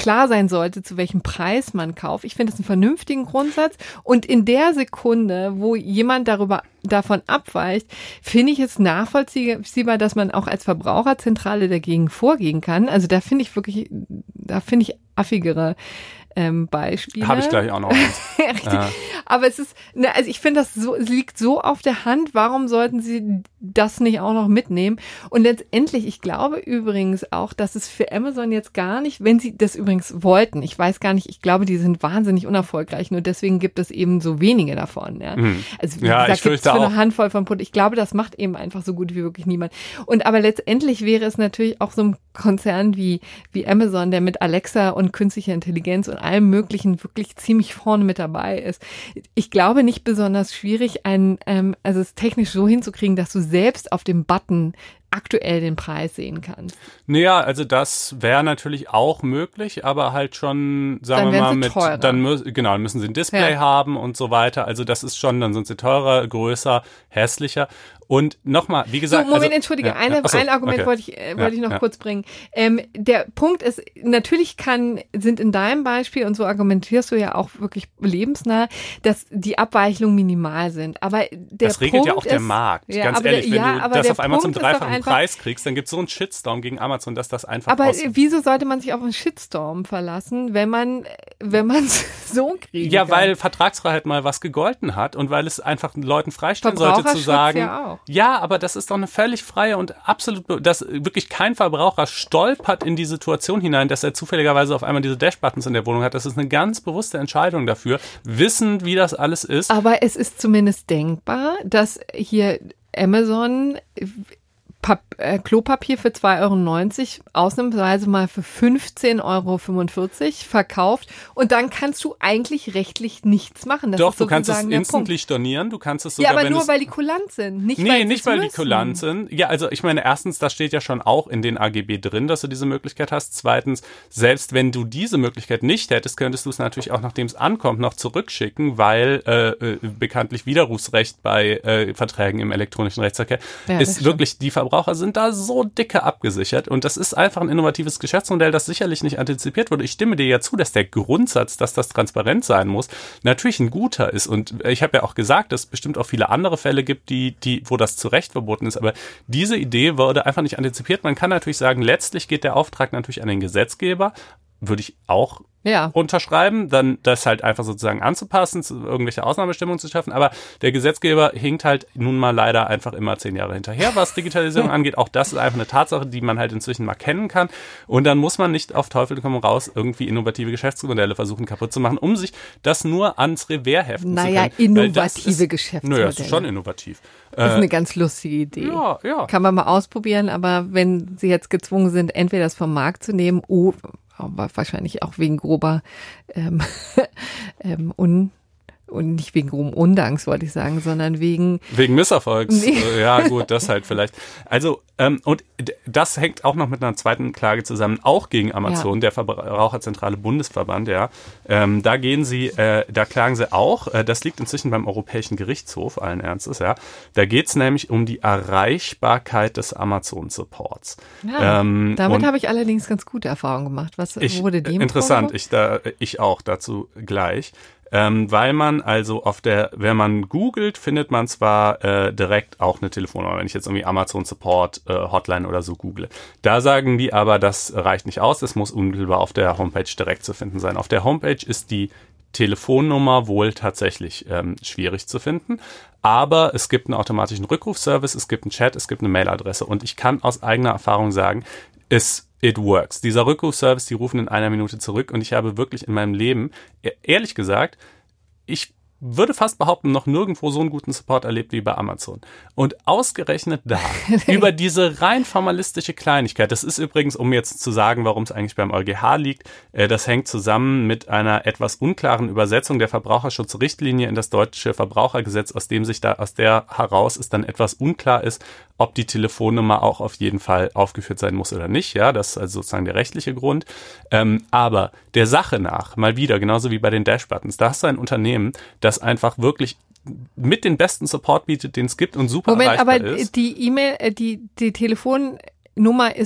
klar sein sollte, zu welchem Preis man kauft. Ich finde das einen vernünftigen Grundsatz. Und in der Sekunde, wo jemand darüber davon abweicht, finde ich es nachvollziehbar, dass man auch als Verbraucherzentrale dagegen vorgehen kann. Also da finde ich wirklich, da finde ich affigere ähm, Beispiele. Habe ich gleich auch noch eins. Richtig. Ja. Aber es ist, ne, also ich finde, das so, es liegt so auf der Hand. Warum sollten Sie das nicht auch noch mitnehmen? Und letztendlich, ich glaube übrigens auch, dass es für Amazon jetzt gar nicht, wenn Sie das übrigens wollten, ich weiß gar nicht, ich glaube, die sind wahnsinnig unerfolgreich, nur deswegen gibt es eben so wenige davon. Ja. Mhm. Also wie ja, gesagt, gibt es für eine Handvoll von Produkten. Ich glaube, das macht eben einfach so gut wie wirklich niemand. Und aber letztendlich wäre es natürlich auch so ein Konzern wie, wie Amazon, der mit Alexa und künstlicher Intelligenz und allem Möglichen wirklich ziemlich vorne mit dabei ist. Ich glaube nicht besonders schwierig, ein, ähm, also es technisch so hinzukriegen, dass du selbst auf dem Button aktuell den Preis sehen kannst. Naja, also das wäre natürlich auch möglich, aber halt schon, sagen dann wir mal, sie mit, teurer. dann mü- genau, dann müssen sie ein Display Ja. haben und so weiter. Also das ist schon, dann sind sie teurer, größer, hässlicher. Und nochmal, wie gesagt. So, Moment, also, entschuldige, ja, eine, ja. Achso, ein Argument okay. wollte ich, äh, wollte Ja, ich noch ja. kurz bringen. Ähm, der Punkt ist, natürlich kann, sind in deinem Beispiel, und so argumentierst du ja auch wirklich lebensnah, dass die Abweichungen minimal sind. Aber der das regelt Punkt ja auch der ist, Markt. Ja, Ganz aber ehrlich, der, wenn ja, du aber das der auf einmal Punkt zum ist doch dreifachen einfach, Preis kriegst, dann gibt es so einen Shitstorm gegen Amazon, dass das einfach Aber aus... wieso sollte man sich auf einen Shitstorm verlassen, wenn man, wenn man es so kriegen Ja, kann? weil Vertragsfreiheit mal was gegolten hat und weil es einfach Leuten freistellen sollte zu Verbraucherschutz sagen, ja auch. ja, aber das ist doch eine völlig freie und absolut, dass wirklich kein Verbraucher stolpert in die Situation hinein, dass er zufälligerweise auf einmal diese Dash-Buttons in der Wohnung hat. Das ist eine ganz bewusste Entscheidung dafür, wissend, wie das alles ist. Aber es ist zumindest denkbar, dass hier Amazon Pap- äh, Klopapier für zwei Euro neunzig ausnahmsweise mal für fünfzehn Euro fünfundvierzig verkauft und dann kannst du eigentlich rechtlich nichts machen. Das Doch, ist du kannst es sozusagen der instantly Punkt. stornieren, du kannst es sogar, Ja, aber wenn nur es weil die kulant sind, nicht Nee, weil sie nicht es weil die müssen. kulant sind. Ja, also ich meine, erstens, das steht ja schon auch in den A G B drin, dass du diese Möglichkeit hast. Zweitens, selbst wenn du diese Möglichkeit nicht hättest, könntest du es natürlich auch, nachdem es ankommt, noch zurückschicken, weil äh, äh, bekanntlich Widerrufsrecht bei äh, Verträgen im elektronischen Rechtsverkehr Ja, das ist stimmt. wirklich, die Verbraucher sind da so dicke abgesichert und das ist einfach ein innovatives Geschäftsmodell, das sicherlich nicht antizipiert wurde. Ich stimme dir ja zu, dass der Grundsatz, dass das transparent sein muss, natürlich ein guter ist und ich habe ja auch gesagt, dass es bestimmt auch viele andere Fälle gibt, die, die, wo das zu Recht verboten ist, aber diese Idee wurde einfach nicht antizipiert. Man kann natürlich sagen, letztlich geht der Auftrag natürlich an den Gesetzgeber, würde ich auch Ja. unterschreiben, dann das halt einfach sozusagen anzupassen, zu irgendwelche Ausnahmebestimmungen zu schaffen, aber der Gesetzgeber hinkt halt nun mal leider einfach immer zehn Jahre hinterher, was Digitalisierung angeht. Auch das ist einfach eine Tatsache, die man halt inzwischen mal kennen kann und dann muss man nicht auf Teufel komm raus irgendwie innovative Geschäftsmodelle versuchen kaputt zu machen, um sich das nur ans Revers heften Naja, zu können. Weil das innovative ist, Geschäftsmodelle. Naja, ist schon innovativ. Das ist Äh, eine ganz lustige Idee. ja, ja. Kann man mal ausprobieren, aber wenn sie jetzt gezwungen sind, entweder das vom Markt zu nehmen, oh, aber wahrscheinlich auch wegen grober ähm, ähm, un und nicht wegen groben Undanks, wollte ich sagen, sondern wegen Wegen Misserfolgs. Nee. Ja, gut, das halt vielleicht. Also, ähm, und d- das hängt auch noch mit einer zweiten Klage zusammen, auch gegen Amazon, Ja. der Verbraucherzentrale Bundesverband, ja. Ähm, da gehen sie, äh, da klagen sie auch, äh, das liegt inzwischen beim Europäischen Gerichtshof, allen Ernstes, ja. Da geht's nämlich um die Erreichbarkeit des Amazon-Supports. ja, Ähm, damit und habe ich allerdings ganz gute Erfahrungen gemacht. Was ich, wurde dem interessant, vorgeworfen? ich, da, ich auch, dazu gleich. Ähm, weil man also auf der, wenn man googelt, findet man zwar äh, direkt auch eine Telefonnummer, wenn ich jetzt irgendwie Amazon Support äh, Hotline oder so google. Da sagen die aber, das reicht nicht aus, das muss unmittelbar auf der Homepage direkt zu finden sein. Auf der Homepage ist die Telefonnummer wohl tatsächlich ähm, schwierig zu finden, aber es gibt einen automatischen Rückrufservice, es gibt einen Chat, es gibt eine Mailadresse und ich kann aus eigener Erfahrung sagen, es It works. Dieser Rückrufservice, die rufen in einer Minute zurück und ich habe wirklich in meinem Leben, e- ehrlich gesagt, ich würde fast behaupten, noch nirgendwo so einen guten Support erlebt wie bei Amazon. Und ausgerechnet da, über diese rein formalistische Kleinigkeit, das ist übrigens, um jetzt zu sagen, warum es eigentlich beim EuGH liegt, äh, das hängt zusammen mit einer etwas unklaren Übersetzung der Verbraucherschutzrichtlinie in das deutsche Verbrauchergesetz, aus dem sich da, aus der heraus es dann etwas unklar ist, ob die Telefonnummer auch auf jeden Fall aufgeführt sein muss oder nicht. Ja, das ist also sozusagen der rechtliche Grund. Ähm, aber der Sache nach, mal wieder, genauso wie bei den Dash-Buttons, da hast du ein Unternehmen, das einfach wirklich mit den besten Support bietet, den es gibt und super Moment, erreichbar aber ist. die E-Mail, äh, die, die Telefonnummer ist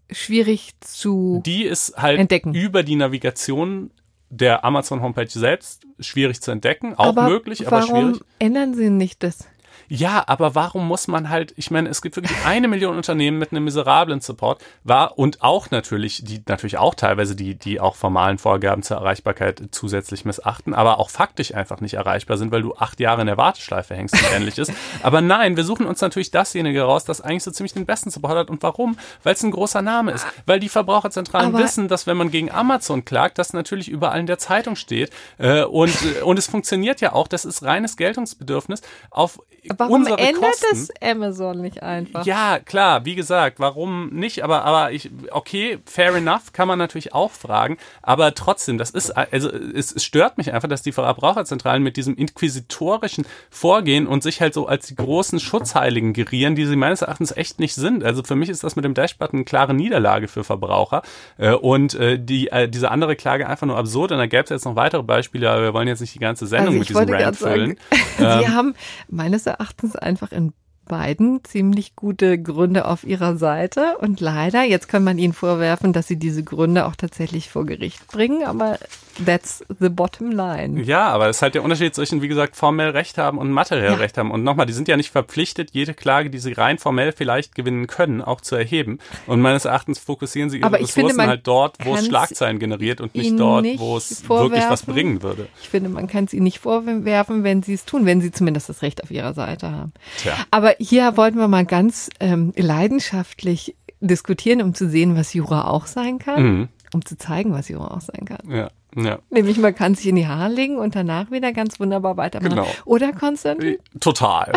schwierig zu Die ist halt entdecken. über die Navigation der Amazon-Homepage selbst schwierig zu entdecken. Auch aber möglich, aber warum schwierig. ändern sie nicht das? Ja, aber warum muss man halt, ich meine, es gibt wirklich eine Million Unternehmen mit einem miserablen Support, war und auch natürlich, die natürlich auch teilweise die, die auch formalen Vorgaben zur Erreichbarkeit zusätzlich missachten, aber auch faktisch einfach nicht erreichbar sind, weil du acht Jahre in der Warteschleife hängst und ähnlich ist. Aber nein, wir suchen uns natürlich dasjenige raus, das eigentlich so ziemlich den besten Support hat. Und warum? Weil es ein großer Name ist. Weil die Verbraucherzentralen aber wissen, dass wenn man gegen Amazon klagt, das natürlich überall in der Zeitung steht. Äh, und, und es funktioniert ja auch, das ist reines Geltungsbedürfnis auf Warum unsere ändert Kosten. es Amazon nicht einfach? Ja, klar, wie gesagt, warum nicht? Aber, aber ich, okay, fair enough, kann man natürlich auch fragen. Aber trotzdem, das ist, also es, es stört mich einfach, dass die Verbraucherzentralen mit diesem inquisitorischen Vorgehen und sich halt so als die großen Schutzheiligen gerieren, die sie meines Erachtens echt nicht sind. Also für mich ist das mit dem Dashbutton eine klare Niederlage für Verbraucher. Und die, diese andere Klage einfach nur absurd. Und da gäbe es jetzt noch weitere Beispiele, aber wir wollen jetzt nicht die ganze Sendung also mit diesem Rant füllen. Sie ähm, haben meines Erachtens einfach in beiden ziemlich gute Gründe auf ihrer Seite und leider, jetzt kann man ihnen vorwerfen, dass sie diese Gründe auch tatsächlich vor Gericht bringen, aber that's the bottom line. Ja, aber es ist halt der Unterschied zwischen, wie gesagt, formell Recht haben und materiell ja. Recht haben. Und nochmal, die sind ja nicht verpflichtet, jede Klage, die sie rein formell vielleicht gewinnen können, auch zu erheben. Und meines Erachtens fokussieren sie ihre aber Ressourcen finde, halt dort, wo es Schlagzeilen generiert und nicht dort, nicht wo es wirklich was bringen würde. Ich finde, man kann es ihnen nicht vorwerfen, wenn sie es tun, wenn sie zumindest das Recht auf ihrer Seite haben. Tja. Aber hier wollten wir mal ganz ähm, leidenschaftlich diskutieren, um zu sehen, was Jura auch sein kann, mhm. um zu zeigen, was Jura auch sein kann. Ja. Ja. Nämlich, man kann sich in die Haare legen und danach wieder ganz wunderbar weitermachen. Genau. Oder, Konstantin? Total.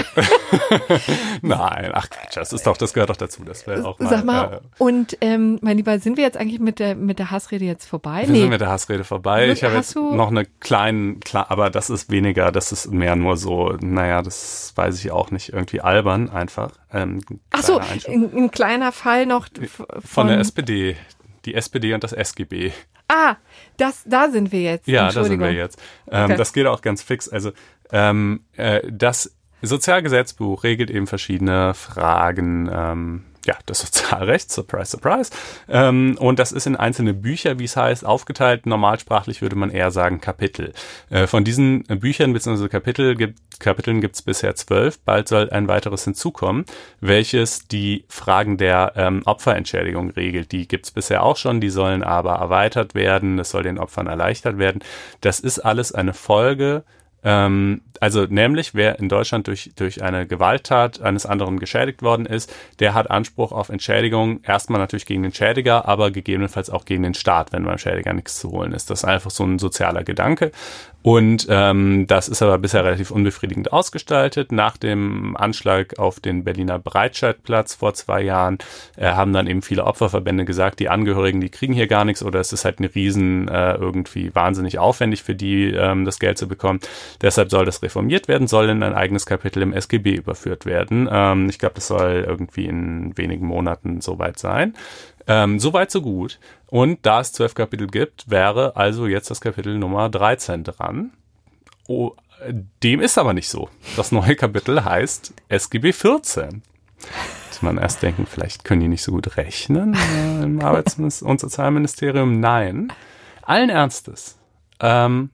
Nein, ach Quatsch, das ist doch, das gehört doch dazu. Das wäre auch mal. Sag mal, äh, und ähm, mein Lieber, sind wir jetzt eigentlich mit der mit der Hassrede jetzt vorbei? Wir nee. sind mit der Hassrede vorbei. Ich habe jetzt noch eine kleine, klar, aber das ist weniger, das ist mehr nur so, naja, das weiß ich auch nicht, irgendwie albern einfach. Ähm, ach so, ein, ein kleiner Fall noch von, von der S P D. Die S P D und das S G B. Ah, das, da sind wir jetzt. Ja, da sind wir jetzt. Ähm, okay. Das geht auch ganz fix. Also ähm, äh, das Sozialgesetzbuch regelt eben verschiedene Fragen ähm, ja, des Sozialrechts, surprise, surprise. Ähm, und das ist in einzelne Bücher, wie es heißt, aufgeteilt. Normalsprachlich würde man eher sagen Kapitel. Äh, von diesen Büchern bzw. Kapitel gibt, Kapiteln gibt es bisher zwölf. Bald soll ein weiteres hinzukommen, welches die Fragen der ähm, Opferentschädigung regelt. Die gibt es bisher auch schon, die sollen aber erweitert werden. Es soll den Opfern erleichtert werden. Das ist alles eine Folge. Ähm, also nämlich, wer in Deutschland durch durch eine Gewalttat eines anderen geschädigt worden ist, der hat Anspruch auf Entschädigung, erstmal natürlich gegen den Schädiger, aber gegebenenfalls auch gegen den Staat, wenn beim Schädiger nichts zu holen ist. Das ist einfach so ein sozialer Gedanke. Und ähm, das ist aber bisher relativ unbefriedigend ausgestaltet. Nach dem Anschlag auf den Berliner Breitscheidplatz vor zwei Jahren äh, haben dann eben viele Opferverbände gesagt, die Angehörigen, die kriegen hier gar nichts oder es ist halt ein riesen, äh, irgendwie wahnsinnig aufwendig für die, ähm, das Geld zu bekommen. Deshalb soll das reformiert werden, soll in ein eigenes Kapitel im S G B überführt werden. Ähm, ich glaube, das soll irgendwie in wenigen Monaten soweit sein. Ähm, Soweit, so gut. Und da es zwölf Kapitel gibt, wäre also jetzt das Kapitel Nummer dreizehn dran. Oh, dem ist aber nicht so. Das neue Kapitel heißt S G B vierzehn. Muss man erst denken, vielleicht können die nicht so gut rechnen äh, im Arbeits- und Sozialministerium. Nein. Allen Ernstes. Ähm,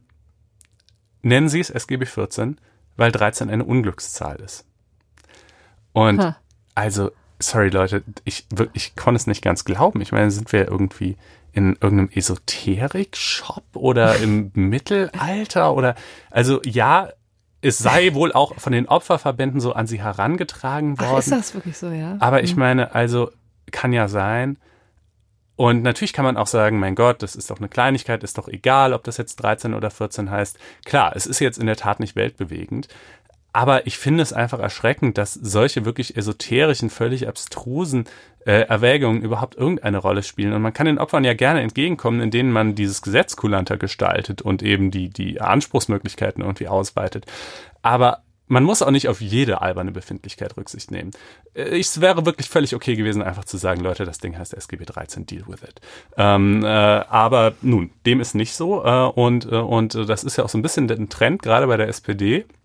nennen Sie es S G B vierzehn, weil dreizehn eine Unglückszahl ist. Und huh. also sorry Leute, ich, ich konnte es nicht ganz glauben. Ich meine, sind wir irgendwie in irgendeinem Esoterik-Shop oder im Mittelalter oder, also ja, es sei wohl auch von den Opferverbänden so an sie herangetragen worden. Ach, ist das wirklich so, ja? Aber ich meine, also kann ja sein. Und natürlich kann man auch sagen, mein Gott, das ist doch eine Kleinigkeit, ist doch egal, ob das jetzt dreizehn oder vierzehn heißt. Klar, es ist jetzt in der Tat nicht weltbewegend. Aber ich finde es einfach erschreckend, dass solche wirklich esoterischen, völlig abstrusen äh, Erwägungen überhaupt irgendeine Rolle spielen. Und man kann den Opfern ja gerne entgegenkommen, indem man dieses Gesetz kulanter gestaltet und eben die, die Anspruchsmöglichkeiten irgendwie ausweitet. Aber man muss auch nicht auf jede alberne Befindlichkeit Rücksicht nehmen. Es wäre wirklich völlig okay gewesen, einfach zu sagen, Leute, das Ding heißt S G B dreizehn, deal with it. Ähm, äh, aber nun, dem ist nicht so. Äh, und, äh, und das ist ja auch so ein bisschen ein Trend, gerade bei der S P D.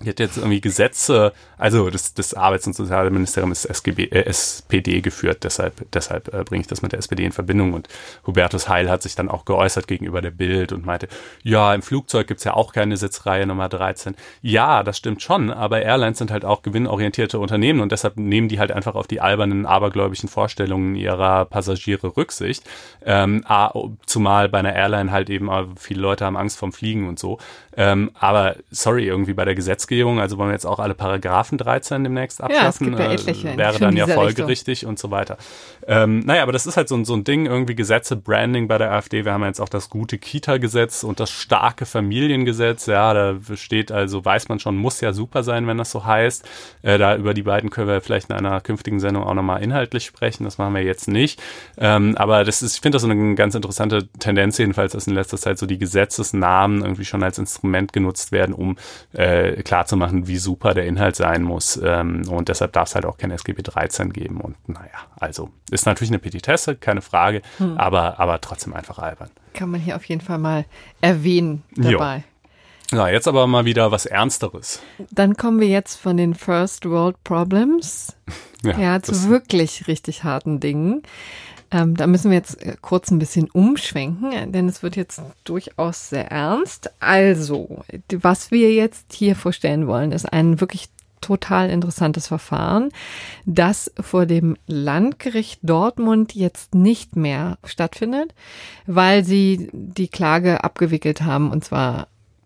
Die hat jetzt irgendwie Gesetze, also das, das Arbeits- und Sozialministerium ist S G B, äh, S P D geführt, deshalb, deshalb äh, bringe ich das mit der S P D in Verbindung. Und Hubertus Heil hat sich dann auch geäußert gegenüber der Bild und meinte, ja, im Flugzeug gibt's ja auch keine Sitzreihe Nummer dreizehn. Ja, das stimmt schon, aber Airlines sind halt auch gewinnorientierte Unternehmen und deshalb nehmen die halt einfach auf die albernen, abergläubischen Vorstellungen ihrer Passagiere Rücksicht. Ähm, zumal bei einer Airline halt eben viele Leute haben Angst vorm Fliegen und so. Ähm, aber sorry, irgendwie bei der Gesetzgebung, also wollen wir jetzt auch alle Paragraphen dreizehn demnächst abschaffen, ja, es gibt ja etliche, äh, wäre dann ja folgerichtig Richtung. Und so weiter. Ähm, naja, aber das ist halt so, so ein Ding, irgendwie Gesetze, Branding bei der AfD. Wir haben jetzt auch das gute Kita-Gesetz und das starke Familiengesetz. Ja, da steht also, weiß man schon, muss ja super sein, wenn das so heißt. Äh, da über die beiden können wir vielleicht in einer künftigen Sendung auch nochmal inhaltlich sprechen. Das machen wir jetzt nicht. Ähm, aber das ist, ich finde das so eine ganz interessante Tendenz jedenfalls, dass in letzter Zeit so die Gesetzesnamen irgendwie schon als Instrument genutzt werden, um äh, klarzumachen, wie super der Inhalt sein muss. Ähm, und deshalb darf es halt auch kein S G B dreizehn geben. Und naja, also ist natürlich eine Petitesse, keine Frage, hm. aber, aber trotzdem einfach albern. Kann man hier auf jeden Fall mal erwähnen dabei. Jo. Ja, jetzt aber mal wieder was Ernsteres. Dann kommen wir jetzt von den First World Problems ja, ja, zu wirklich richtig harten Dingen. Ähm, da müssen wir jetzt kurz ein bisschen umschwenken, denn es wird jetzt durchaus sehr ernst. Also, was wir jetzt hier vorstellen wollen, ist ein wirklich total interessantes Verfahren, das vor dem Landgericht Dortmund jetzt nicht mehr stattfindet, weil sie die Klage abgewickelt haben, und zwar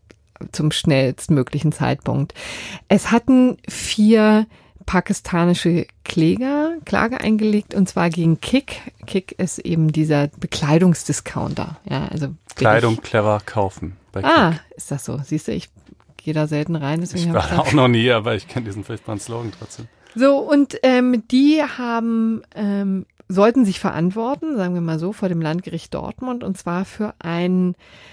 zum schnellstmöglichen Zeitpunkt. Es hatten vier pakistanische Kläger Klage eingelegt, und zwar gegen Kik. Kik ist eben dieser Bekleidungsdiscounter. Ja, also Kleidung clever kaufen bei Kik. Ah, ist das so? Siehst du, ich gehe da selten rein. Deswegen ich war ich auch noch nie, aber ich kenne diesen furchtbaren Slogan trotzdem. So, und ähm, die haben ähm, sollten sich verantworten, sagen wir mal so, vor dem Landgericht Dortmund, und zwar für einen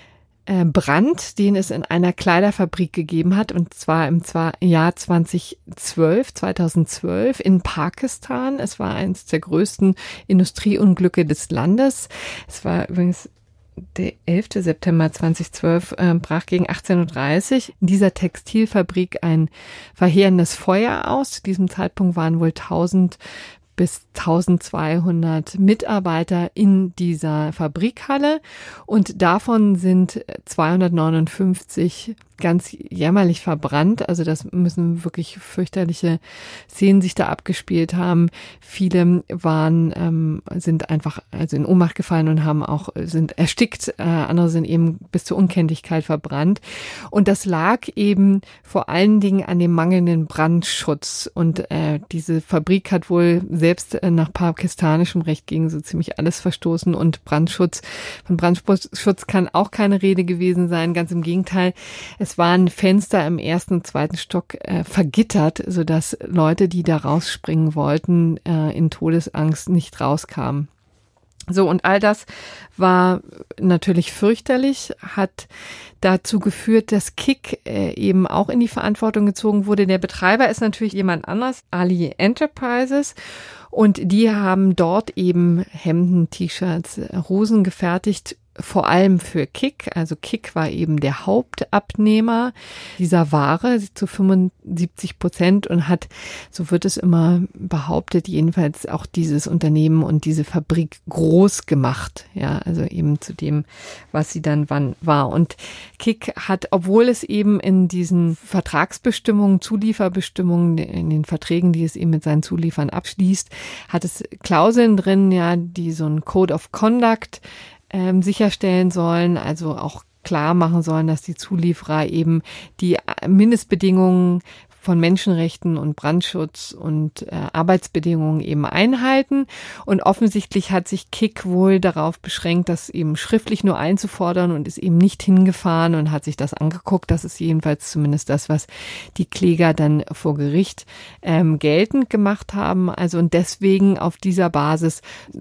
Brand, den es in einer Kleiderfabrik gegeben hat, und zwar im Jahr zweitausendzwölf, zweitausendzwölf in Pakistan. Es war eines der größten Industrieunglücke des Landes. Es war übrigens der elfte September zweitausendzwölf, äh, brach gegen achtzehn Uhr dreißig in dieser Textilfabrik ein verheerendes Feuer aus. Zu diesem Zeitpunkt waren wohl tausend bis tausendzweihundert Mitarbeiter in dieser Fabrikhalle, und davon sind zweihundertneunundfünfzig ganz jämmerlich verbrannt. Also das müssen wirklich fürchterliche Szenen sich da abgespielt haben. Viele waren, ähm, sind einfach also in Ohnmacht gefallen und haben auch, sind erstickt. Äh, andere sind eben bis zur Unkenntlichkeit verbrannt. Und das lag eben vor allen Dingen an dem mangelnden Brandschutz. Und äh, diese Fabrik hat wohl selbst äh, nach pakistanischem Recht gegen so ziemlich alles verstoßen. Und Brandschutz, von Brandschutz kann auch keine Rede gewesen sein. Ganz im Gegenteil. Es waren Fenster im ersten und zweiten Stock äh, vergittert, sodass Leute, die da rausspringen wollten, äh, in Todesangst nicht rauskamen. So, und all das war natürlich fürchterlich, hat dazu geführt, dass Kik äh, eben auch in die Verantwortung gezogen wurde. Der Betreiber ist natürlich jemand anders, Ali Enterprises. Und die haben dort eben Hemden, T-Shirts, Hosen gefertigt, vor allem für Kik. Also Kik war eben der Hauptabnehmer dieser Ware zu fünfundsiebzig Prozent und hat, so wird es immer behauptet, jedenfalls auch dieses Unternehmen und diese Fabrik groß gemacht. Ja, also eben zu dem, was sie dann wann war. Und Kik hat, obwohl es eben in diesen Vertragsbestimmungen, Zulieferbestimmungen, in den Verträgen, die es eben mit seinen Zuliefern abschließt, hat es Klauseln drin, ja, die so ein Code of Conduct ähm, sicherstellen sollen, also auch klar machen sollen, dass die Zulieferer eben die Mindestbedingungen von Menschenrechten und Brandschutz und äh, Arbeitsbedingungen eben einhalten. Und offensichtlich hat sich Kik wohl darauf beschränkt, das eben schriftlich nur einzufordern, und ist eben nicht hingefahren und hat sich das angeguckt. Das ist jedenfalls zumindest das, was die Kläger dann vor Gericht ähm, geltend gemacht haben. Also und deswegen auf dieser Basis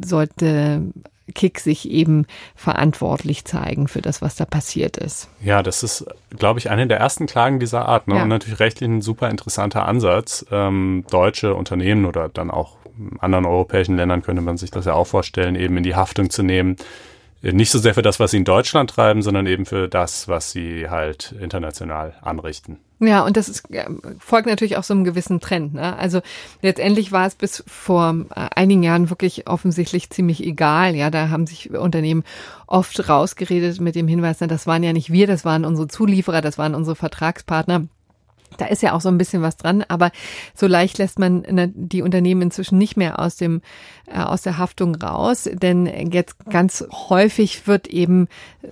sollte Kik sich eben verantwortlich zeigen für das, was da passiert ist. Ja, das ist, glaube ich, eine der ersten Klagen dieser Art. Ne? Ja. Und natürlich rechtlich ein super interessanter Ansatz. Ähm, deutsche Unternehmen oder dann auch in anderen europäischen Ländern könnte man sich das ja auch vorstellen, eben in die Haftung zu nehmen. Nicht so sehr für das, was sie in Deutschland treiben, sondern eben für das, was sie halt international anrichten. Ja, und das ist, folgt natürlich auch so einem gewissen Trend, ne? Also letztendlich war es bis vor einigen Jahren wirklich offensichtlich ziemlich egal. Ja, da haben sich Unternehmen oft rausgeredet mit dem Hinweis, na, das waren ja nicht wir, das waren unsere Zulieferer, das waren unsere Vertragspartner. Da ist ja auch so ein bisschen was dran, aber so leicht lässt man die Unternehmen inzwischen nicht mehr aus dem äh, aus der Haftung raus, denn jetzt ganz häufig wird eben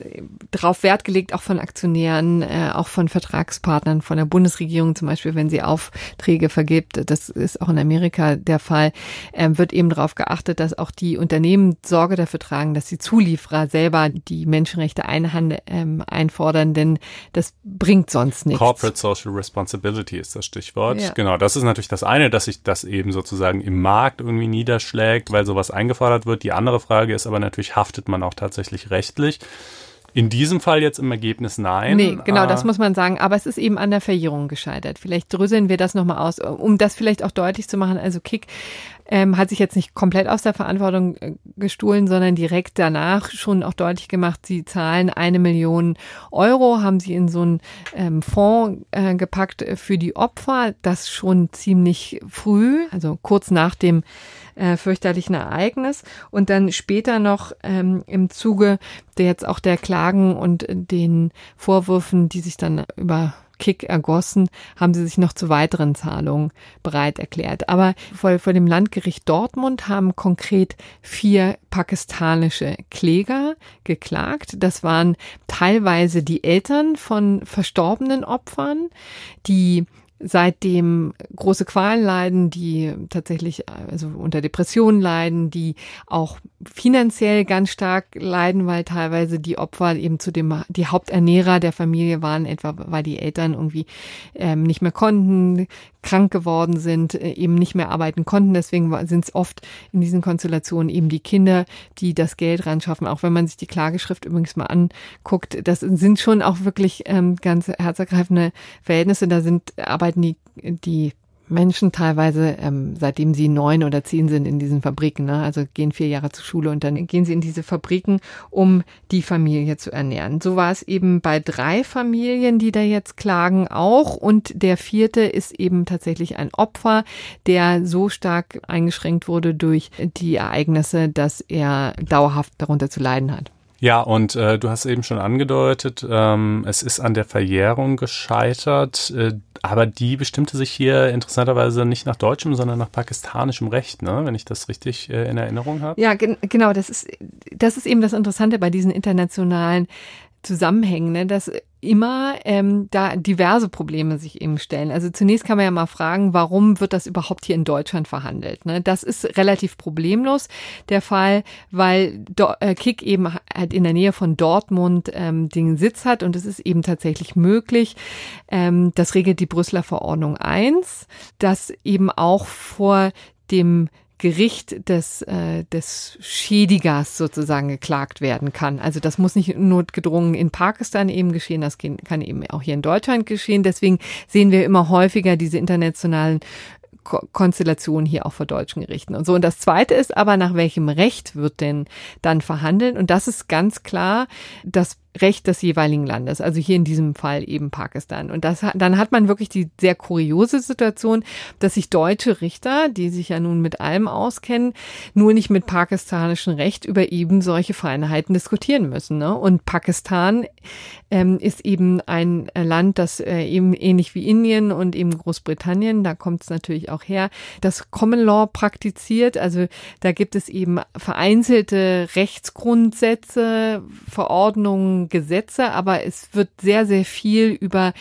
darauf Wert gelegt, auch von Aktionären, äh, auch von Vertragspartnern, von der Bundesregierung zum Beispiel, wenn sie Aufträge vergibt, das ist auch in Amerika der Fall, äh, wird eben darauf geachtet, dass auch die Unternehmen Sorge dafür tragen, dass die Zulieferer selber die Menschenrechte einhand, ähm, einfordern, denn das bringt sonst nichts. Corporate Social Responsibility ist das Stichwort. Ja. Genau, das ist natürlich das eine, dass sich das eben sozusagen im Markt irgendwie niederschlägt, weil sowas eingefordert wird. Die andere Frage ist aber natürlich, haftet man auch tatsächlich rechtlich? In diesem Fall jetzt im Ergebnis nein. Nee, genau, das muss man sagen. Aber es ist eben an der Verjährung gescheitert. Vielleicht dröseln wir das nochmal aus, um das vielleicht auch deutlich zu machen. Also Kik ähm, hat sich jetzt nicht komplett aus der Verantwortung äh, gestohlen, sondern direkt danach schon auch deutlich gemacht, sie zahlen eine Million Euro, haben sie in so einen ähm, Fonds äh, gepackt für die Opfer. Das schon ziemlich früh, also kurz nach dem äh, fürchterlichen Ereignis. Und dann später noch ähm, im Zuge der jetzt auch der Klagen und den Vorwürfen, die sich dann über Kik ergossen, haben sie sich noch zu weiteren Zahlungen bereit erklärt. Aber vor, vor dem Landgericht Dortmund haben konkret vier pakistanische Kläger geklagt. Das waren teilweise die Eltern von verstorbenen Opfern, die seitdem große Qualen leiden, die tatsächlich also unter Depressionen leiden, die auch finanziell ganz stark leiden, weil teilweise die Opfer eben zu dem die Haupternährer der Familie waren, etwa weil die Eltern irgendwie ähm, nicht mehr konnten, krank geworden sind, äh, eben nicht mehr arbeiten konnten. Deswegen sind es oft in diesen Konstellationen eben die Kinder, die das Geld ran schaffen. Auch wenn man sich die Klageschrift übrigens mal anguckt, das sind schon auch wirklich ähm, ganz herzergreifende Verhältnisse. Da sind arbeiten die die Menschen teilweise, ähm, seitdem sie neun oder zehn sind in diesen Fabriken, ne? Also gehen vier Jahre zur Schule und dann gehen sie in diese Fabriken, um die Familie zu ernähren. So war es eben bei drei Familien, die da jetzt klagen auch. Und der vierte ist eben tatsächlich ein Opfer, der so stark eingeschränkt wurde durch die Ereignisse, dass er dauerhaft darunter zu leiden hat. Ja, und äh, du hast eben schon angedeutet, ähm, es ist an der Verjährung gescheitert, äh, aber die bestimmte sich hier interessanterweise nicht nach deutschem, sondern nach pakistanischem Recht, ne? Wenn ich das richtig äh, in Erinnerung habe. Ja, gen- genau, das ist, das ist eben das Interessante bei diesen internationalen Zusammenhängen, ne, dass immer ähm, da diverse Probleme sich eben stellen. Also zunächst kann man ja mal fragen, warum wird das überhaupt hier in Deutschland verhandelt? Ne? Das ist relativ problemlos der Fall, weil Do- äh, Kik eben halt in der Nähe von Dortmund ähm, den Sitz hat und es ist eben tatsächlich möglich, ähm, das regelt die Brüsseler Verordnung eins, dass eben auch vor dem Gericht des, äh, des Schädigers sozusagen geklagt werden kann. Also das muss nicht notgedrungen in Pakistan eben geschehen, das kann eben auch hier in Deutschland geschehen. Deswegen sehen wir immer häufiger diese internationalen Ko- Konstellationen hier auch vor deutschen Gerichten und so. Und das Zweite ist aber, nach welchem Recht wird denn dann verhandelt? Und das ist ganz klar das Recht des jeweiligen Landes, also hier in diesem Fall eben Pakistan. Und das, dann hat man wirklich die sehr kuriose Situation, dass sich deutsche Richter, die sich ja nun mit allem auskennen, nur nicht mit pakistanischem Recht über eben solche Feinheiten diskutieren müssen. Ne? Und Pakistan ähm, ist eben ein Land, das äh, eben ähnlich wie Indien und eben Großbritannien, da kommt es natürlich auch her, das Common Law praktiziert. Also da gibt es eben vereinzelte Rechtsgrundsätze, Verordnungen, Gesetze, aber es wird sehr, sehr viel über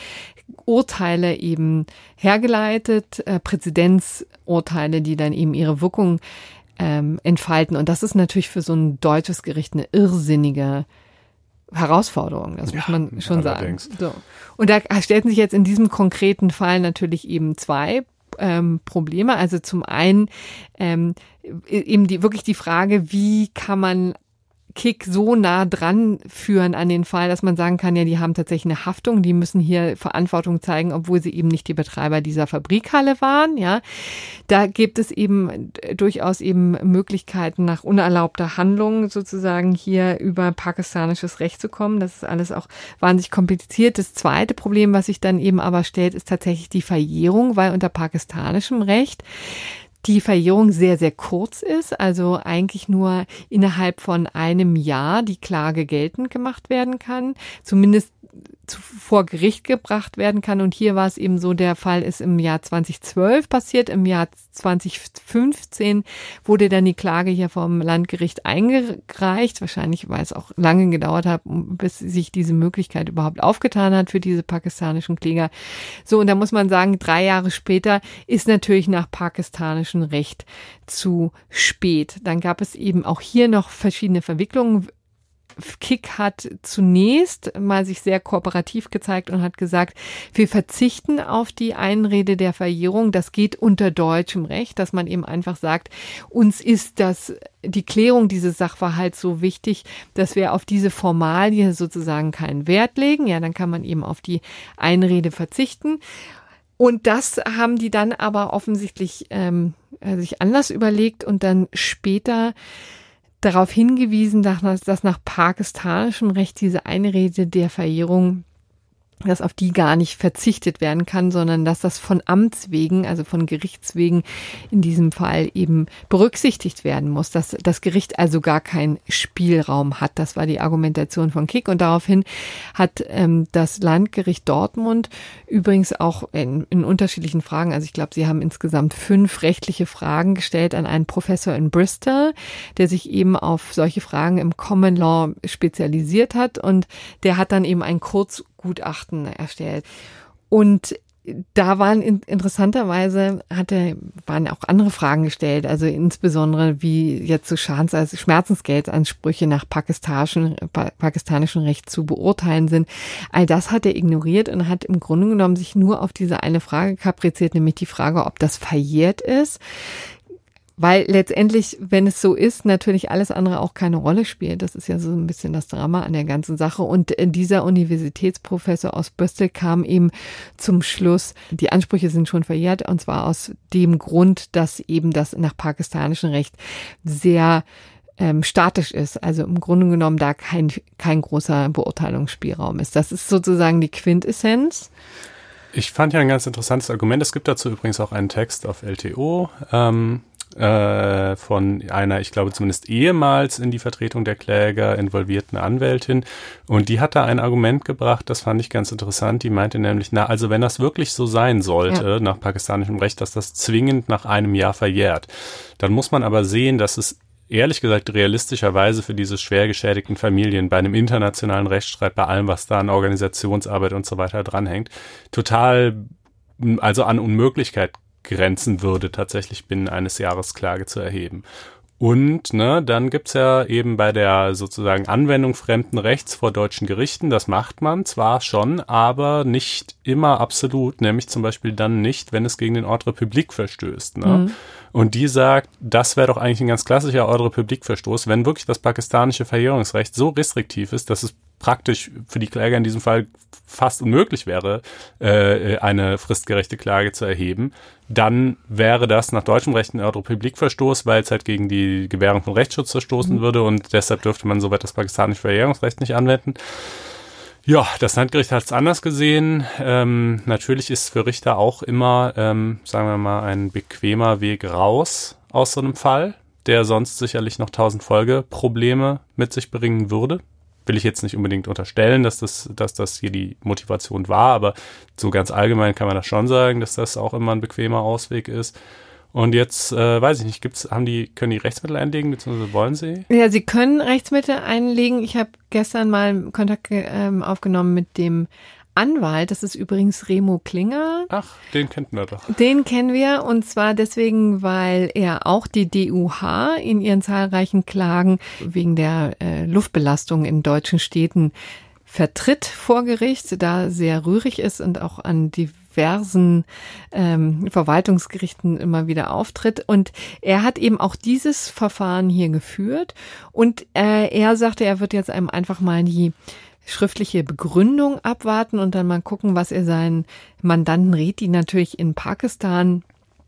Urteile eben hergeleitet, äh, Präzedenzurteile, die dann eben ihre Wirkung ähm, entfalten. Und das ist natürlich für so ein deutsches Gericht eine irrsinnige Herausforderung, das muss man ja, schon allerdings sagen. So. Und da stellten sich jetzt in diesem konkreten Fall natürlich eben zwei ähm, Probleme. Also zum einen ähm, eben die wirklich die Frage, wie kann man Kik so nah dran führen an den Fall, dass man sagen kann, ja, die haben tatsächlich eine Haftung, die müssen hier Verantwortung zeigen, obwohl sie eben nicht die Betreiber dieser Fabrikhalle waren, ja. Da gibt es eben durchaus eben Möglichkeiten, nach unerlaubter Handlung sozusagen hier über pakistanisches Recht zu kommen. Das ist alles auch wahnsinnig kompliziert. Das zweite Problem, was sich dann eben aber stellt, ist tatsächlich die Verjährung, weil unter pakistanischem Recht die Verjährung sehr, sehr kurz ist, also eigentlich nur innerhalb von einem Jahr die Klage geltend gemacht werden kann, zumindest vor Gericht gebracht werden kann. Und hier war es eben so, der Fall ist im Jahr zweitausendzwölf passiert. Im Jahr zweitausendfünfzehn wurde dann die Klage hier vom Landgericht eingereicht. Wahrscheinlich, weil es auch lange gedauert hat, bis sich diese Möglichkeit überhaupt aufgetan hat für diese pakistanischen Kläger. So, und da muss man sagen, drei Jahre später ist natürlich nach pakistanischem Recht zu spät. Dann gab es eben auch hier noch verschiedene Verwicklungen. Kik hat zunächst mal sich sehr kooperativ gezeigt und hat gesagt, wir verzichten auf die Einrede der Verjährung. Das geht unter deutschem Recht, dass man eben einfach sagt, uns ist das, die Klärung dieses Sachverhalts so wichtig, dass wir auf diese Formalie sozusagen keinen Wert legen. Ja, dann kann man eben auf die Einrede verzichten. Und das haben die dann aber offensichtlich ähm, sich anders überlegt und dann später darauf hingewiesen, dass nach pakistanischem Recht diese Einrede der Verjährung, dass auf die gar nicht verzichtet werden kann, sondern dass das von Amts wegen, also von Gerichts wegen in diesem Fall eben berücksichtigt werden muss, dass das Gericht also gar keinen Spielraum hat. Das war die Argumentation von Kik und daraufhin hat ähm, das Landgericht Dortmund übrigens auch in, in unterschiedlichen Fragen, also ich glaube, sie haben insgesamt fünf rechtliche Fragen gestellt an einen Professor in Bristol, der sich eben auf solche Fragen im Common Law spezialisiert hat und der hat dann eben ein Kurz Gutachten erstellt. Und da waren in, interessanterweise hatte, waren auch andere Fragen gestellt, also insbesondere wie jetzt so Schadens-, also Schmerzensgeldansprüche nach pakistanischen, pa, pakistanischen Recht zu beurteilen sind. All das hat er ignoriert und hat im Grunde genommen sich nur auf diese eine Frage kapriziert, nämlich die Frage, ob das verjährt ist. Weil letztendlich, wenn es so ist, natürlich alles andere auch keine Rolle spielt. Das ist ja so ein bisschen das Drama an der ganzen Sache. Und dieser Universitätsprofessor aus Bristol kam eben zum Schluss, die Ansprüche sind schon verjährt, und zwar aus dem Grund, dass eben das nach pakistanischem Recht sehr ähm, statisch ist. Also im Grunde genommen da kein, kein großer Beurteilungsspielraum ist. Das ist sozusagen die Quintessenz. Ich fand ja ein ganz interessantes Argument. Es gibt dazu übrigens auch einen Text auf L T O, ähm, äh, von einer, ich glaube zumindest ehemals in die Vertretung der Kläger involvierten Anwältin. Und die hat da ein Argument gebracht, das fand ich ganz interessant. Die meinte nämlich, na, also wenn das wirklich so sein sollte, ja, nach pakistanischem Recht, dass das zwingend nach einem Jahr verjährt, dann muss man aber sehen, dass es ehrlich gesagt realistischerweise für diese schwer geschädigten Familien bei einem internationalen Rechtsstreit, bei allem, was da an Organisationsarbeit und so weiter dranhängt, total, also an Unmöglichkeit grenzen würde, tatsächlich binnen eines Jahres Klage zu erheben. Und ne, dann gibt's ja eben bei der sozusagen Anwendung fremden Rechts vor deutschen Gerichten, das macht man zwar schon, aber nicht immer absolut, nämlich zum Beispiel dann nicht, wenn es gegen den Ordre public verstößt. Ne? Mhm. Und die sagt, das wäre doch eigentlich ein ganz klassischer Ordre public Verstoß, wenn wirklich das pakistanische Verjährungsrecht so restriktiv ist, dass es praktisch für die Kläger in diesem Fall fast unmöglich wäre, äh, eine fristgerechte Klage zu erheben, dann wäre das nach deutschem Recht ein Ordre public Verstoß, weil es halt gegen die Gewährung von Rechtsschutz verstoßen mhm. würde und deshalb dürfte man soweit das pakistanische Verjährungsrecht nicht anwenden. Ja, das Landgericht hat es anders gesehen. Ähm, natürlich ist für Richter auch immer, ähm, sagen wir mal, ein bequemer Weg raus aus so einem Fall, der sonst sicherlich noch tausend Folgeprobleme mit sich bringen würde. Will ich jetzt nicht unbedingt unterstellen, dass das, dass das hier die Motivation war, aber so ganz allgemein kann man das schon sagen, dass das auch immer ein bequemer Ausweg ist. Und jetzt, äh, weiß ich nicht, gibt's, haben die, können die Rechtsmittel einlegen, beziehungsweise wollen sie? Ja, sie können Rechtsmittel einlegen. Ich habe gestern mal Kontakt ähm, aufgenommen mit dem Anwalt, das ist übrigens Remo Klinger. Ach, den kennt man doch. Den kennen wir, und zwar deswegen, weil er auch die D U H in ihren zahlreichen Klagen wegen der äh, Luftbelastung in deutschen Städten vertritt vor Gericht, da sehr rührig ist und auch an diversen ähm, Verwaltungsgerichten immer wieder auftritt. Und er hat eben auch dieses Verfahren hier geführt. Und äh, er sagte, er wird jetzt einem einfach mal die schriftliche Begründung abwarten und dann mal gucken, was er seinen Mandanten rät, die natürlich in Pakistan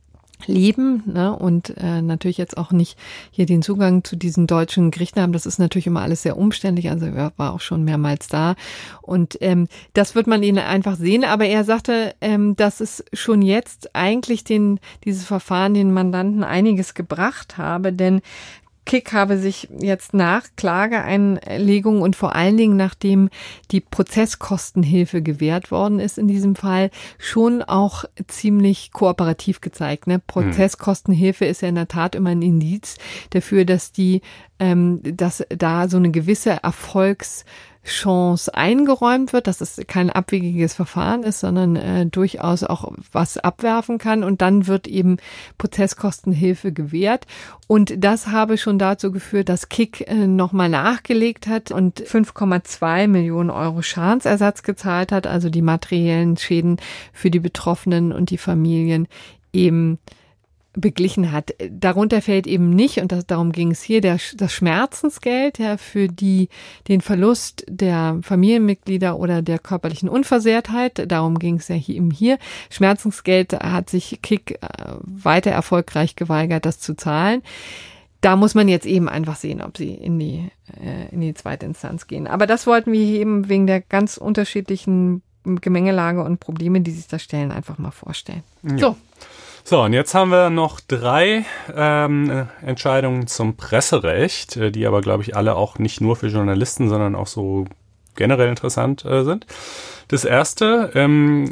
leben, ne, und äh, natürlich jetzt auch nicht hier den Zugang zu diesen deutschen Gerichten haben. Das ist natürlich immer alles sehr umständlich, also er war auch schon mehrmals da und ähm, das wird man ihn einfach sehen, aber er sagte, ähm, dass es schon jetzt eigentlich den dieses Verfahren den Mandanten einiges gebracht habe, denn Kik habe sich jetzt nach Klageeinlegung und vor allen Dingen, nachdem die Prozesskostenhilfe gewährt worden ist in diesem Fall, schon auch ziemlich kooperativ gezeigt. Ne? Prozesskostenhilfe ist ja in der Tat immer ein Indiz dafür, dass die, ähm, dass da so eine gewisse Erfolgs Chance eingeräumt wird, dass es kein abwegiges Verfahren ist, sondern äh, durchaus auch was abwerfen kann und dann wird eben Prozesskostenhilfe gewährt und das habe schon dazu geführt, dass Kik äh, nochmal nachgelegt hat und fünf Komma zwei Millionen Euro Schadensersatz gezahlt hat, also die materiellen Schäden für die Betroffenen und die Familien eben beglichen hat. Darunter fällt eben nicht, und das, darum ging es hier, der, das Schmerzensgeld ja, für die, den Verlust der Familienmitglieder oder der körperlichen Unversehrtheit. Darum ging es ja hier, eben hier. Schmerzensgeld hat sich Kik äh, weiter erfolgreich geweigert, das zu zahlen. Da muss man jetzt eben einfach sehen, ob sie in die, äh, in die zweite Instanz gehen. Aber das wollten wir hier eben wegen der ganz unterschiedlichen Gemengelage und Probleme, die sich da stellen, einfach mal vorstellen. Ja. So. So, und jetzt haben wir noch drei ähm, Entscheidungen zum Presserecht, die aber, glaube ich, alle auch nicht nur für Journalisten, sondern auch so generell interessant äh, sind. Das erste, ähm,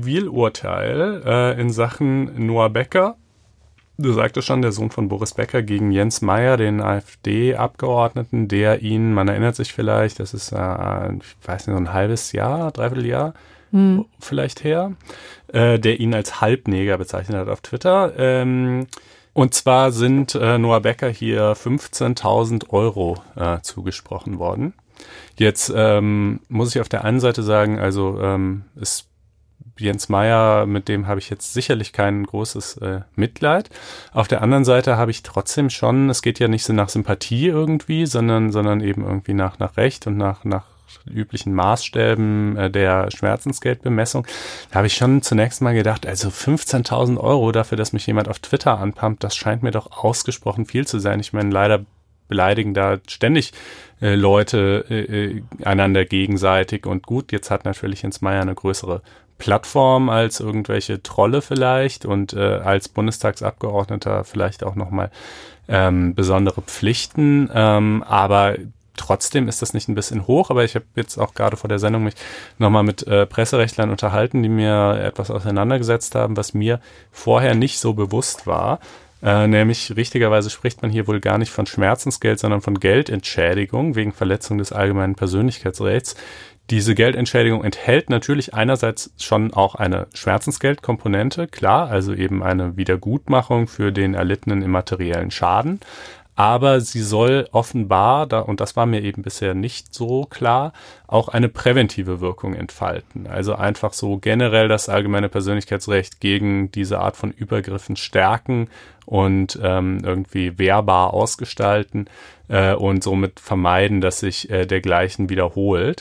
Zivilurteil äh, in Sachen Noah Becker. Du sagtest schon, der Sohn von Boris Becker gegen Jens Meyer, den AfD-Abgeordneten, der ihn, man erinnert sich vielleicht, das ist, äh, ich weiß nicht, so ein halbes Jahr, dreiviertel Jahr, Hm. vielleicht her, äh, der ihn als Halbneger bezeichnet hat auf Twitter. Ähm, und zwar sind äh, Noah Becker hier fünfzehntausend Euro äh, zugesprochen worden. Jetzt ähm, muss ich auf der einen Seite sagen, also ähm, ist Jens Meyer, mit dem habe ich jetzt sicherlich kein großes äh, Mitleid. Auf der anderen Seite habe ich trotzdem schon, es geht ja nicht so nach Sympathie irgendwie, sondern sondern eben irgendwie nach nach Recht und nach nach üblichen Maßstäben äh, der Schmerzensgeldbemessung. Da habe ich schon zunächst mal gedacht, also fünfzehntausend Euro dafür, dass mich jemand auf Twitter anpumpt, das scheint mir doch ausgesprochen viel zu sein. Ich meine, leider beleidigen da ständig äh, Leute äh, einander gegenseitig und gut, jetzt hat natürlich Jens Meyer eine größere Plattform als irgendwelche Trolle vielleicht und äh, als Bundestagsabgeordneter vielleicht auch nochmal ähm, besondere Pflichten, ähm, aber trotzdem ist das nicht ein bisschen hoch, aber ich habe jetzt auch gerade vor der Sendung mich nochmal mit äh, Presserechtlern unterhalten, die mir etwas auseinandergesetzt haben, was mir vorher nicht so bewusst war. Äh, nämlich richtigerweise spricht man hier wohl gar nicht von Schmerzensgeld, sondern von Geldentschädigung wegen Verletzung des allgemeinen Persönlichkeitsrechts. Diese Geldentschädigung enthält natürlich einerseits schon auch eine Schmerzensgeldkomponente, klar, also eben eine Wiedergutmachung für den erlittenen immateriellen Schaden. Aber sie soll offenbar, da, und das war mir eben bisher nicht so klar, auch eine präventive Wirkung entfalten. Also einfach so generell das allgemeine Persönlichkeitsrecht gegen diese Art von Übergriffen stärken und ähm, irgendwie wehrbar ausgestalten äh, und somit vermeiden, dass sich äh, dergleichen wiederholt.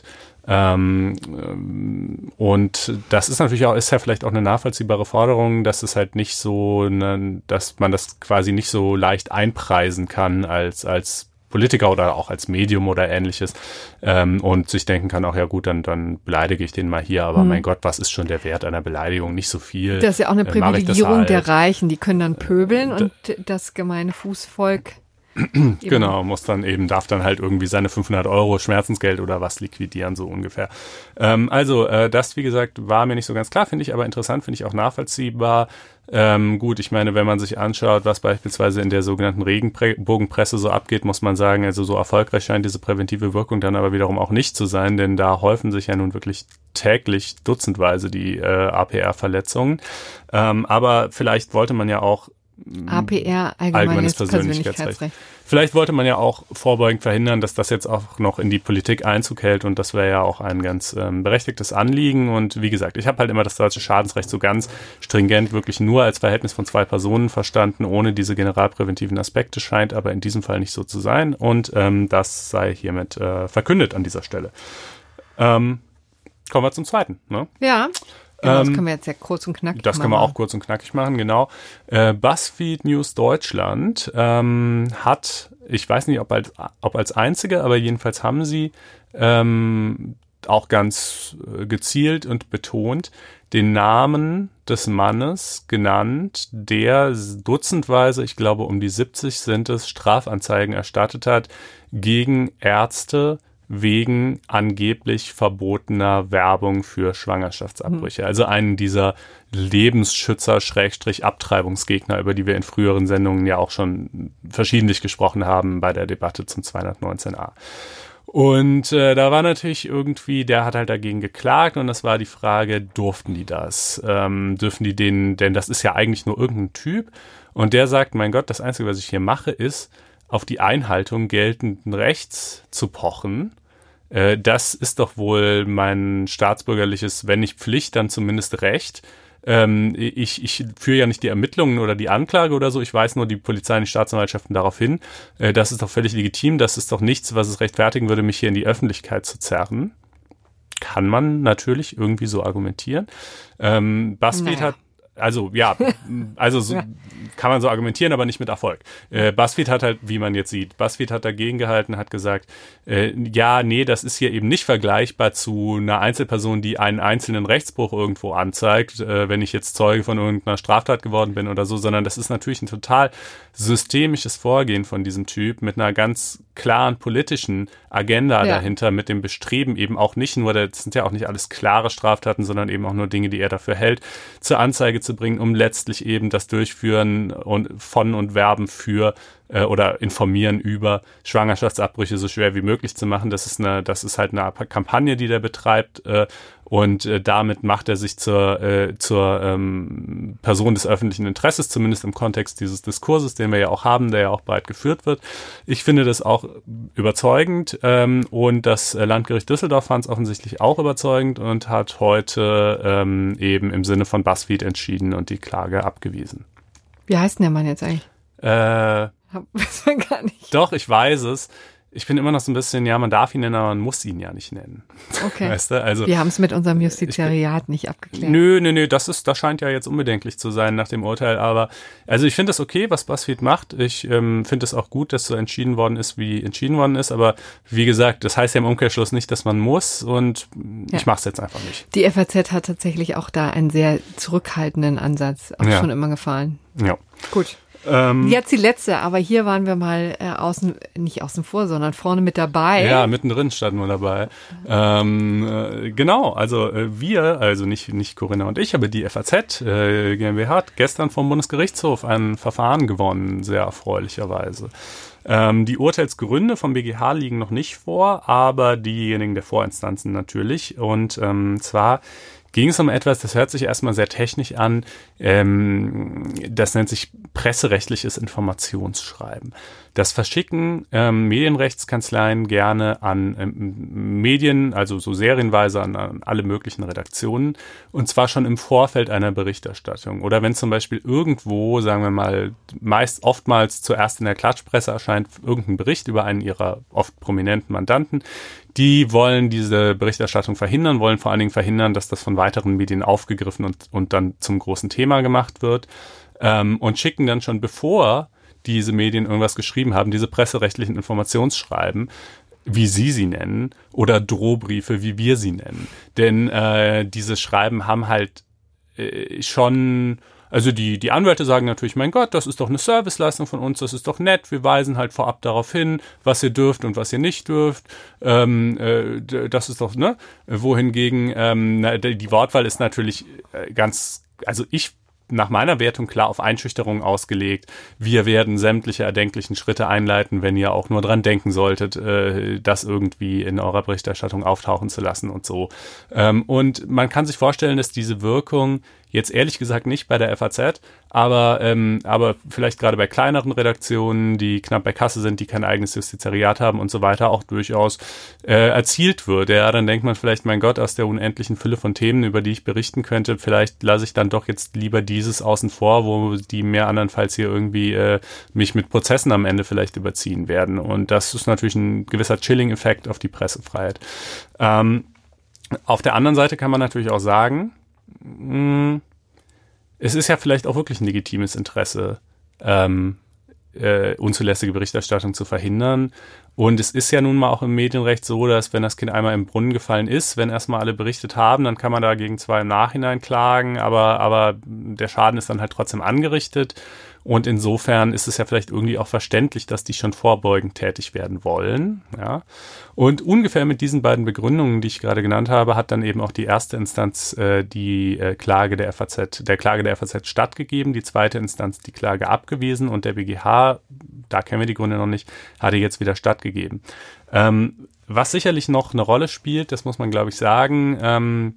Ähm, und das ist natürlich auch, ist ja vielleicht auch eine nachvollziehbare Forderung, dass es halt nicht so, ne, dass man das quasi nicht so leicht einpreisen kann als, als Politiker oder auch als Medium oder ähnliches, ähm, und sich denken kann, auch ja gut, dann, dann beleidige ich den mal hier, aber hm. mein Gott, was ist schon der Wert einer Beleidigung? Nicht so viel. Das ist ja auch eine Privilegierung halt. Der Reichen, die können dann pöbeln und das gemeine Fußvolk genau, muss dann eben, darf dann halt irgendwie seine fünfhundert Euro Schmerzensgeld oder was liquidieren, so ungefähr. Ähm, also, äh, das, wie gesagt, war mir nicht so ganz klar, finde ich aber interessant, finde ich auch nachvollziehbar. Ähm, gut, ich meine, wenn man sich anschaut, was beispielsweise in der sogenannten Regenbogenpresse so abgeht, muss man sagen, also so erfolgreich scheint diese präventive Wirkung dann aber wiederum auch nicht zu sein, denn da häufen sich ja nun wirklich täglich dutzendweise die äh, A P R-Verletzungen. Ähm, aber vielleicht wollte man ja auch A P R, allgemeines, allgemeines Persönlichkeitsrecht. Persönlichkeitsrecht. Vielleicht wollte man ja auch vorbeugend verhindern, dass das jetzt auch noch in die Politik Einzug hält und das wäre ja auch ein ganz ähm, berechtigtes Anliegen und wie gesagt, ich habe halt immer das deutsche Schadensrecht so ganz stringent wirklich nur als Verhältnis von zwei Personen verstanden, ohne diese generalpräventiven Aspekte, scheint aber in diesem Fall nicht so zu sein und ähm, das sei hiermit äh, verkündet an dieser Stelle. Ähm, kommen wir zum zweiten, ne? Ja. Genau, das können wir jetzt ja kurz und knackig machen. Das können wir auch kurz und knackig machen, genau. Äh, BuzzFeed News Deutschland ähm, hat, ich weiß nicht, ob als, ob als einzige, aber jedenfalls haben sie ähm, auch ganz äh, gezielt und betont den Namen des Mannes genannt, der dutzendweise, ich glaube um die siebzig sind es, Strafanzeigen erstattet hat gegen Ärzte, wegen angeblich verbotener Werbung für Schwangerschaftsabbrüche. Mhm. Also einen dieser Lebensschützer-Abtreibungsgegner, über die wir in früheren Sendungen ja auch schon verschiedentlich gesprochen haben bei der Debatte zum zweihundertneunzehn a. Und äh, da war natürlich irgendwie, der hat halt dagegen geklagt und das war die Frage, durften die das? Ähm, dürfen die den, denn das ist ja eigentlich nur irgendein Typ und der sagt, mein Gott, das Einzige, was ich hier mache, ist, auf die Einhaltung geltenden Rechts zu pochen. Äh, das ist doch wohl mein staatsbürgerliches, wenn nicht Pflicht, dann zumindest Recht. Ähm, ich, ich führe ja nicht die Ermittlungen oder die Anklage oder so, ich weise nur die Polizei und die Staatsanwaltschaften darauf hin. Äh, das ist doch völlig legitim, das ist doch nichts, was es rechtfertigen würde, mich hier in die Öffentlichkeit zu zerren. Kann man natürlich irgendwie so argumentieren. Ähm, BuzzFeed naja. hat Also ja, also so, kann man so argumentieren, aber nicht mit Erfolg. Äh, BuzzFeed hat halt, wie man jetzt sieht, BuzzFeed hat dagegen gehalten, hat gesagt, äh, ja, nee, das ist hier eben nicht vergleichbar zu einer Einzelperson, die einen einzelnen Rechtsbruch irgendwo anzeigt, äh, wenn ich jetzt Zeuge von irgendeiner Straftat geworden bin oder so, sondern das ist natürlich ein total systemisches Vorgehen von diesem Typ mit einer ganz klaren politischen Agenda ja. dahinter, mit dem Bestreben eben auch nicht nur, das sind ja auch nicht alles klare Straftaten, sondern eben auch nur Dinge, die er dafür hält, zur Anzeige zu bringen, um letztlich eben das Durchführen und von und Werben für äh, oder informieren über Schwangerschaftsabbrüche so schwer wie möglich zu machen. Das ist eine, das ist halt eine Kampagne, die der betreibt äh, und äh, damit macht er sich zur, äh, zur ähm, Person des öffentlichen Interesses, zumindest im Kontext dieses Diskurses, den wir ja auch haben, der ja auch breit geführt wird. Ich finde das auch überzeugend ähm, und das Landgericht Düsseldorf fand es offensichtlich auch überzeugend und hat heute ähm, eben im Sinne von BuzzFeed entschieden und die Klage abgewiesen. Wie heißt denn der Mann jetzt eigentlich? Äh, weiß man gar nicht. Doch, ich weiß es. Ich bin immer noch so ein bisschen, ja, man darf ihn nennen, aber man muss ihn ja nicht nennen. Okay. Weißt du? Also, wir haben es mit unserem Justiziariat bin, nicht abgeklärt. Nö, nö, nö, das ist, das scheint ja jetzt unbedenklich zu sein nach dem Urteil, aber also ich finde es okay, was BuzzFeed macht. Ich ähm, finde es auch gut, dass so entschieden worden ist, wie entschieden worden ist, aber wie gesagt, das heißt ja im Umkehrschluss nicht, dass man muss und ja. ich mache es jetzt einfach nicht. Die F A Z hat tatsächlich auch da einen sehr zurückhaltenden Ansatz, auch ja. schon immer gefallen. Ja. Gut. Ähm, Jetzt die letzte, aber hier waren wir mal äh, außen, nicht außen vor, sondern vorne mit dabei. Ja, mittendrin standen wir dabei. Ähm, äh, genau, also äh, wir, also nicht nicht Corinna und ich, aber die F A Z äh, GmbH hat gestern vom Bundesgerichtshof ein Verfahren gewonnen, sehr erfreulicherweise. Ähm, die Urteilsgründe vom B G H liegen noch nicht vor, aber diejenigen der Vorinstanzen natürlich. Und ähm, zwar ging es um etwas, das hört sich erstmal sehr technisch an, ähm, das nennt sich presserechtliches Informationsschreiben. Das verschicken ähm, Medienrechtskanzleien gerne an ähm, Medien, also so serienweise an, an alle möglichen Redaktionen, und zwar schon im Vorfeld einer Berichterstattung. Oder wenn zum Beispiel irgendwo, sagen wir mal, meist oftmals zuerst in der Klatschpresse erscheint irgendein Bericht über einen ihrer oft prominenten Mandanten, die wollen diese Berichterstattung verhindern, wollen vor allen Dingen verhindern, dass das von weiteren Medien aufgegriffen und, und dann zum großen Thema gemacht wird, ähm, und schicken dann schon, bevor diese Medien irgendwas geschrieben haben, diese presserechtlichen Informationsschreiben, wie sie sie nennen, oder Drohbriefe, wie wir sie nennen. Denn äh, diese Schreiben haben halt äh, schon... Also die, die Anwälte sagen natürlich, mein Gott, das ist doch eine Serviceleistung von uns, das ist doch nett, wir weisen halt vorab darauf hin, was ihr dürft und was ihr nicht dürft, ähm, äh, das ist doch, ne, wohingegen ähm, die Wortwahl ist natürlich ganz, also ich nach meiner Wertung klar auf Einschüchterung ausgelegt. Wir werden sämtliche erdenklichen Schritte einleiten, wenn ihr auch nur dran denken solltet, äh, das irgendwie in eurer Berichterstattung auftauchen zu lassen und so. Ähm, und man kann sich vorstellen, dass diese Wirkung Jetzt ehrlich gesagt nicht bei der F A Z, aber, ähm, aber vielleicht gerade bei kleineren Redaktionen, die knapp bei Kasse sind, die kein eigenes Justizariat haben und so weiter, auch durchaus äh, erzielt wird. Ja, dann denkt man vielleicht, mein Gott, aus der unendlichen Fülle von Themen, über die ich berichten könnte, vielleicht lasse ich dann doch jetzt lieber dieses außen vor, wo die mehr andernfalls hier irgendwie äh, mich mit Prozessen am Ende vielleicht überziehen werden. Und das ist natürlich ein gewisser Chilling-Effekt auf die Pressefreiheit. Ähm, auf der anderen Seite kann man natürlich auch sagen, mh, es ist ja vielleicht auch wirklich ein legitimes Interesse, ähm, äh, unzulässige Berichterstattung zu verhindern. Und es ist ja nun mal auch im Medienrecht so, dass wenn das Kind einmal im Brunnen gefallen ist, wenn erstmal alle berichtet haben, dann kann man dagegen zwar im Nachhinein klagen, aber, aber der Schaden ist dann halt trotzdem angerichtet. Und insofern ist es ja vielleicht irgendwie auch verständlich, dass die schon vorbeugend tätig werden wollen. Ja. Und ungefähr mit diesen beiden Begründungen, die ich gerade genannt habe, hat dann eben auch die erste Instanz äh, die äh, Klage der F A Z, der Klage der F A Z stattgegeben, die zweite Instanz die Klage abgewiesen und der B G H, da kennen wir die Gründe noch nicht, hatte jetzt wieder stattgegeben. Ähm, was sicherlich noch eine Rolle spielt, das muss man glaube ich sagen, ähm,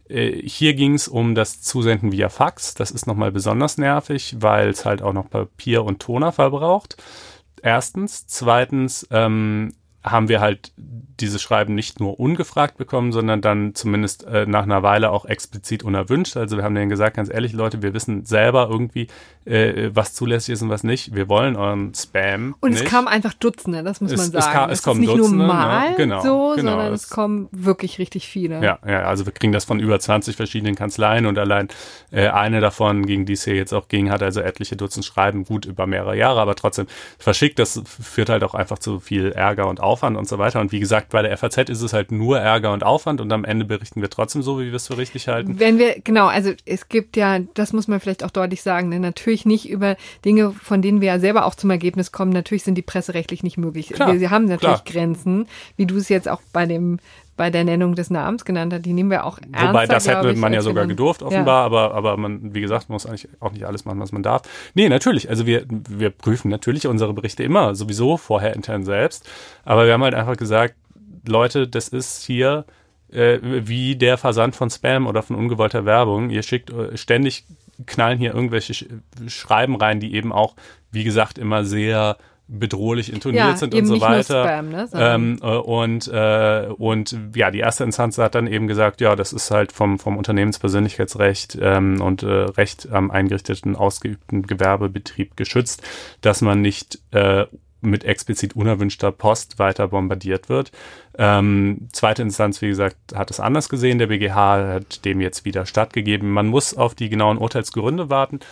hier ging es um das Zusenden via Fax. Das ist nochmal besonders nervig, weil es halt auch noch Papier und Toner verbraucht. Erstens. Zweitens ähm, haben wir halt dieses Schreiben nicht nur ungefragt bekommen, sondern dann zumindest äh, nach einer Weile auch explizit unerwünscht. Also wir haben denen gesagt, ganz ehrlich, Leute, wir wissen selber irgendwie, äh, was zulässig ist und was nicht. Wir wollen euren Spam Und nicht. Es kamen einfach Dutzende, das muss es, man sagen. Es, kam, es, es kommen ist nicht Dutzende, nur mal ja, genau, so, genau, sondern es, es kommen wirklich richtig viele. Ja, ja, also wir kriegen das von über zwanzig verschiedenen Kanzleien und allein äh, eine davon, gegen die es hier jetzt auch ging, hat also etliche Dutzend Schreiben, gut über mehrere Jahre, aber trotzdem verschickt. Das führt halt auch einfach zu viel Ärger und Aufwand und so weiter. Und wie gesagt, bei der F A Z ist es halt nur Ärger und Aufwand und am Ende berichten wir trotzdem so, wie wir es für richtig halten. Wenn wir, genau, also es gibt ja, das muss man vielleicht auch deutlich sagen, ne, natürlich nicht über Dinge, von denen wir ja selber auch zum Ergebnis kommen, natürlich sind die presserechtlich nicht möglich. Klar, wir, wir haben natürlich klar. Grenzen, wie du es jetzt auch bei dem bei der Nennung des Namens genannt hast, die nehmen wir auch ernster. Wobei, das hätte ich, man ja als sogar dann, gedurft, offenbar, ja. aber, aber man, wie gesagt, muss eigentlich auch nicht alles machen, was man darf. Nee, natürlich, also wir, wir prüfen natürlich unsere Berichte immer, sowieso vorher intern selbst, aber wir haben halt einfach gesagt, Leute, das ist hier äh, wie der Versand von Spam oder von ungewollter Werbung. Ihr schickt äh, ständig, knallen hier irgendwelche Sch- Schreiben rein, die eben auch, wie gesagt, immer sehr bedrohlich intoniert ja, sind eben und so nicht weiter. Nur Spam, ne, ähm, äh, und äh, und ja, die erste Instanz hat dann eben gesagt, ja, das ist halt vom vom Unternehmenspersönlichkeitsrecht ähm, und äh, Recht am eingerichteten, ausgeübten Gewerbebetrieb geschützt, dass man nicht äh, mit explizit unerwünschter Post weiter bombardiert wird. Ähm, zweite Instanz, wie gesagt, hat es anders gesehen. Der B G H hat dem jetzt wieder stattgegeben. Man muss auf die genauen Urteilsgründe warten.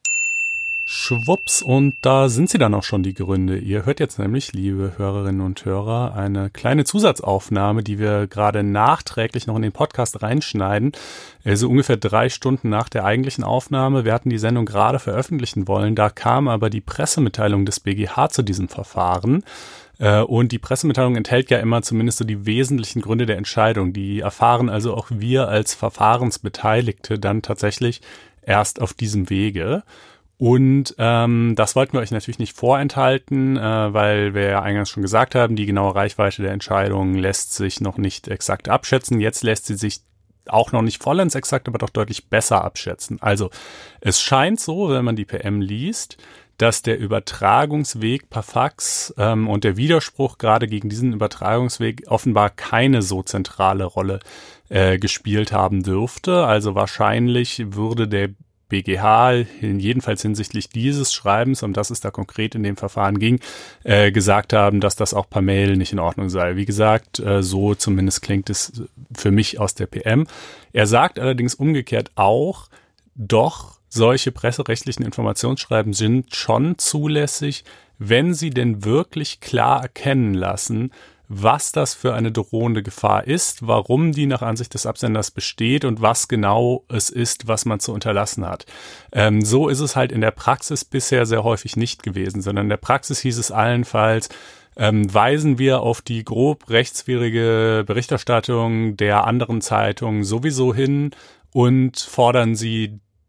Schwupps, und da sind sie dann auch schon, die Gründe. Ihr hört jetzt nämlich, liebe Hörerinnen und Hörer, eine kleine Zusatzaufnahme, die wir gerade nachträglich noch in den Podcast reinschneiden. Also ungefähr drei Stunden nach der eigentlichen Aufnahme. Wir hatten die Sendung gerade veröffentlichen wollen. Da kam aber die Pressemitteilung des B G H zu diesem Verfahren. Und die Pressemitteilung enthält ja immer zumindest so die wesentlichen Gründe der Entscheidung. Die erfahren also auch wir als Verfahrensbeteiligte dann tatsächlich erst auf diesem Wege. Und ähm, das wollten wir euch natürlich nicht vorenthalten, äh, weil wir ja eingangs schon gesagt haben, die genaue Reichweite der Entscheidung lässt sich noch nicht exakt abschätzen. Jetzt lässt sie sich auch noch nicht vollends exakt, aber doch deutlich besser abschätzen. Also es scheint so, wenn man die P M liest, dass der Übertragungsweg per Fax ähm, und der Widerspruch gerade gegen diesen Übertragungsweg offenbar keine so zentrale Rolle äh, gespielt haben dürfte. Also wahrscheinlich würde der B G H jedenfalls hinsichtlich dieses Schreibens, um das es da konkret in dem Verfahren ging, äh, gesagt haben, dass das auch per Mail nicht in Ordnung sei. Wie gesagt, äh, so zumindest klingt es für mich aus der P M. Er sagt allerdings umgekehrt auch, doch solche presserechtlichen Informationsschreiben sind schon zulässig, wenn sie denn wirklich klar erkennen lassen, was das für eine drohende Gefahr ist, warum die nach Ansicht des Absenders besteht und was genau es ist, was man zu unterlassen hat. Ähm, so ist es halt in der Praxis bisher sehr häufig nicht gewesen, sondern in der Praxis hieß es allenfalls, ähm, weisen wir auf die grob rechtswidrige Berichterstattung der anderen Zeitungen sowieso hin und fordern sie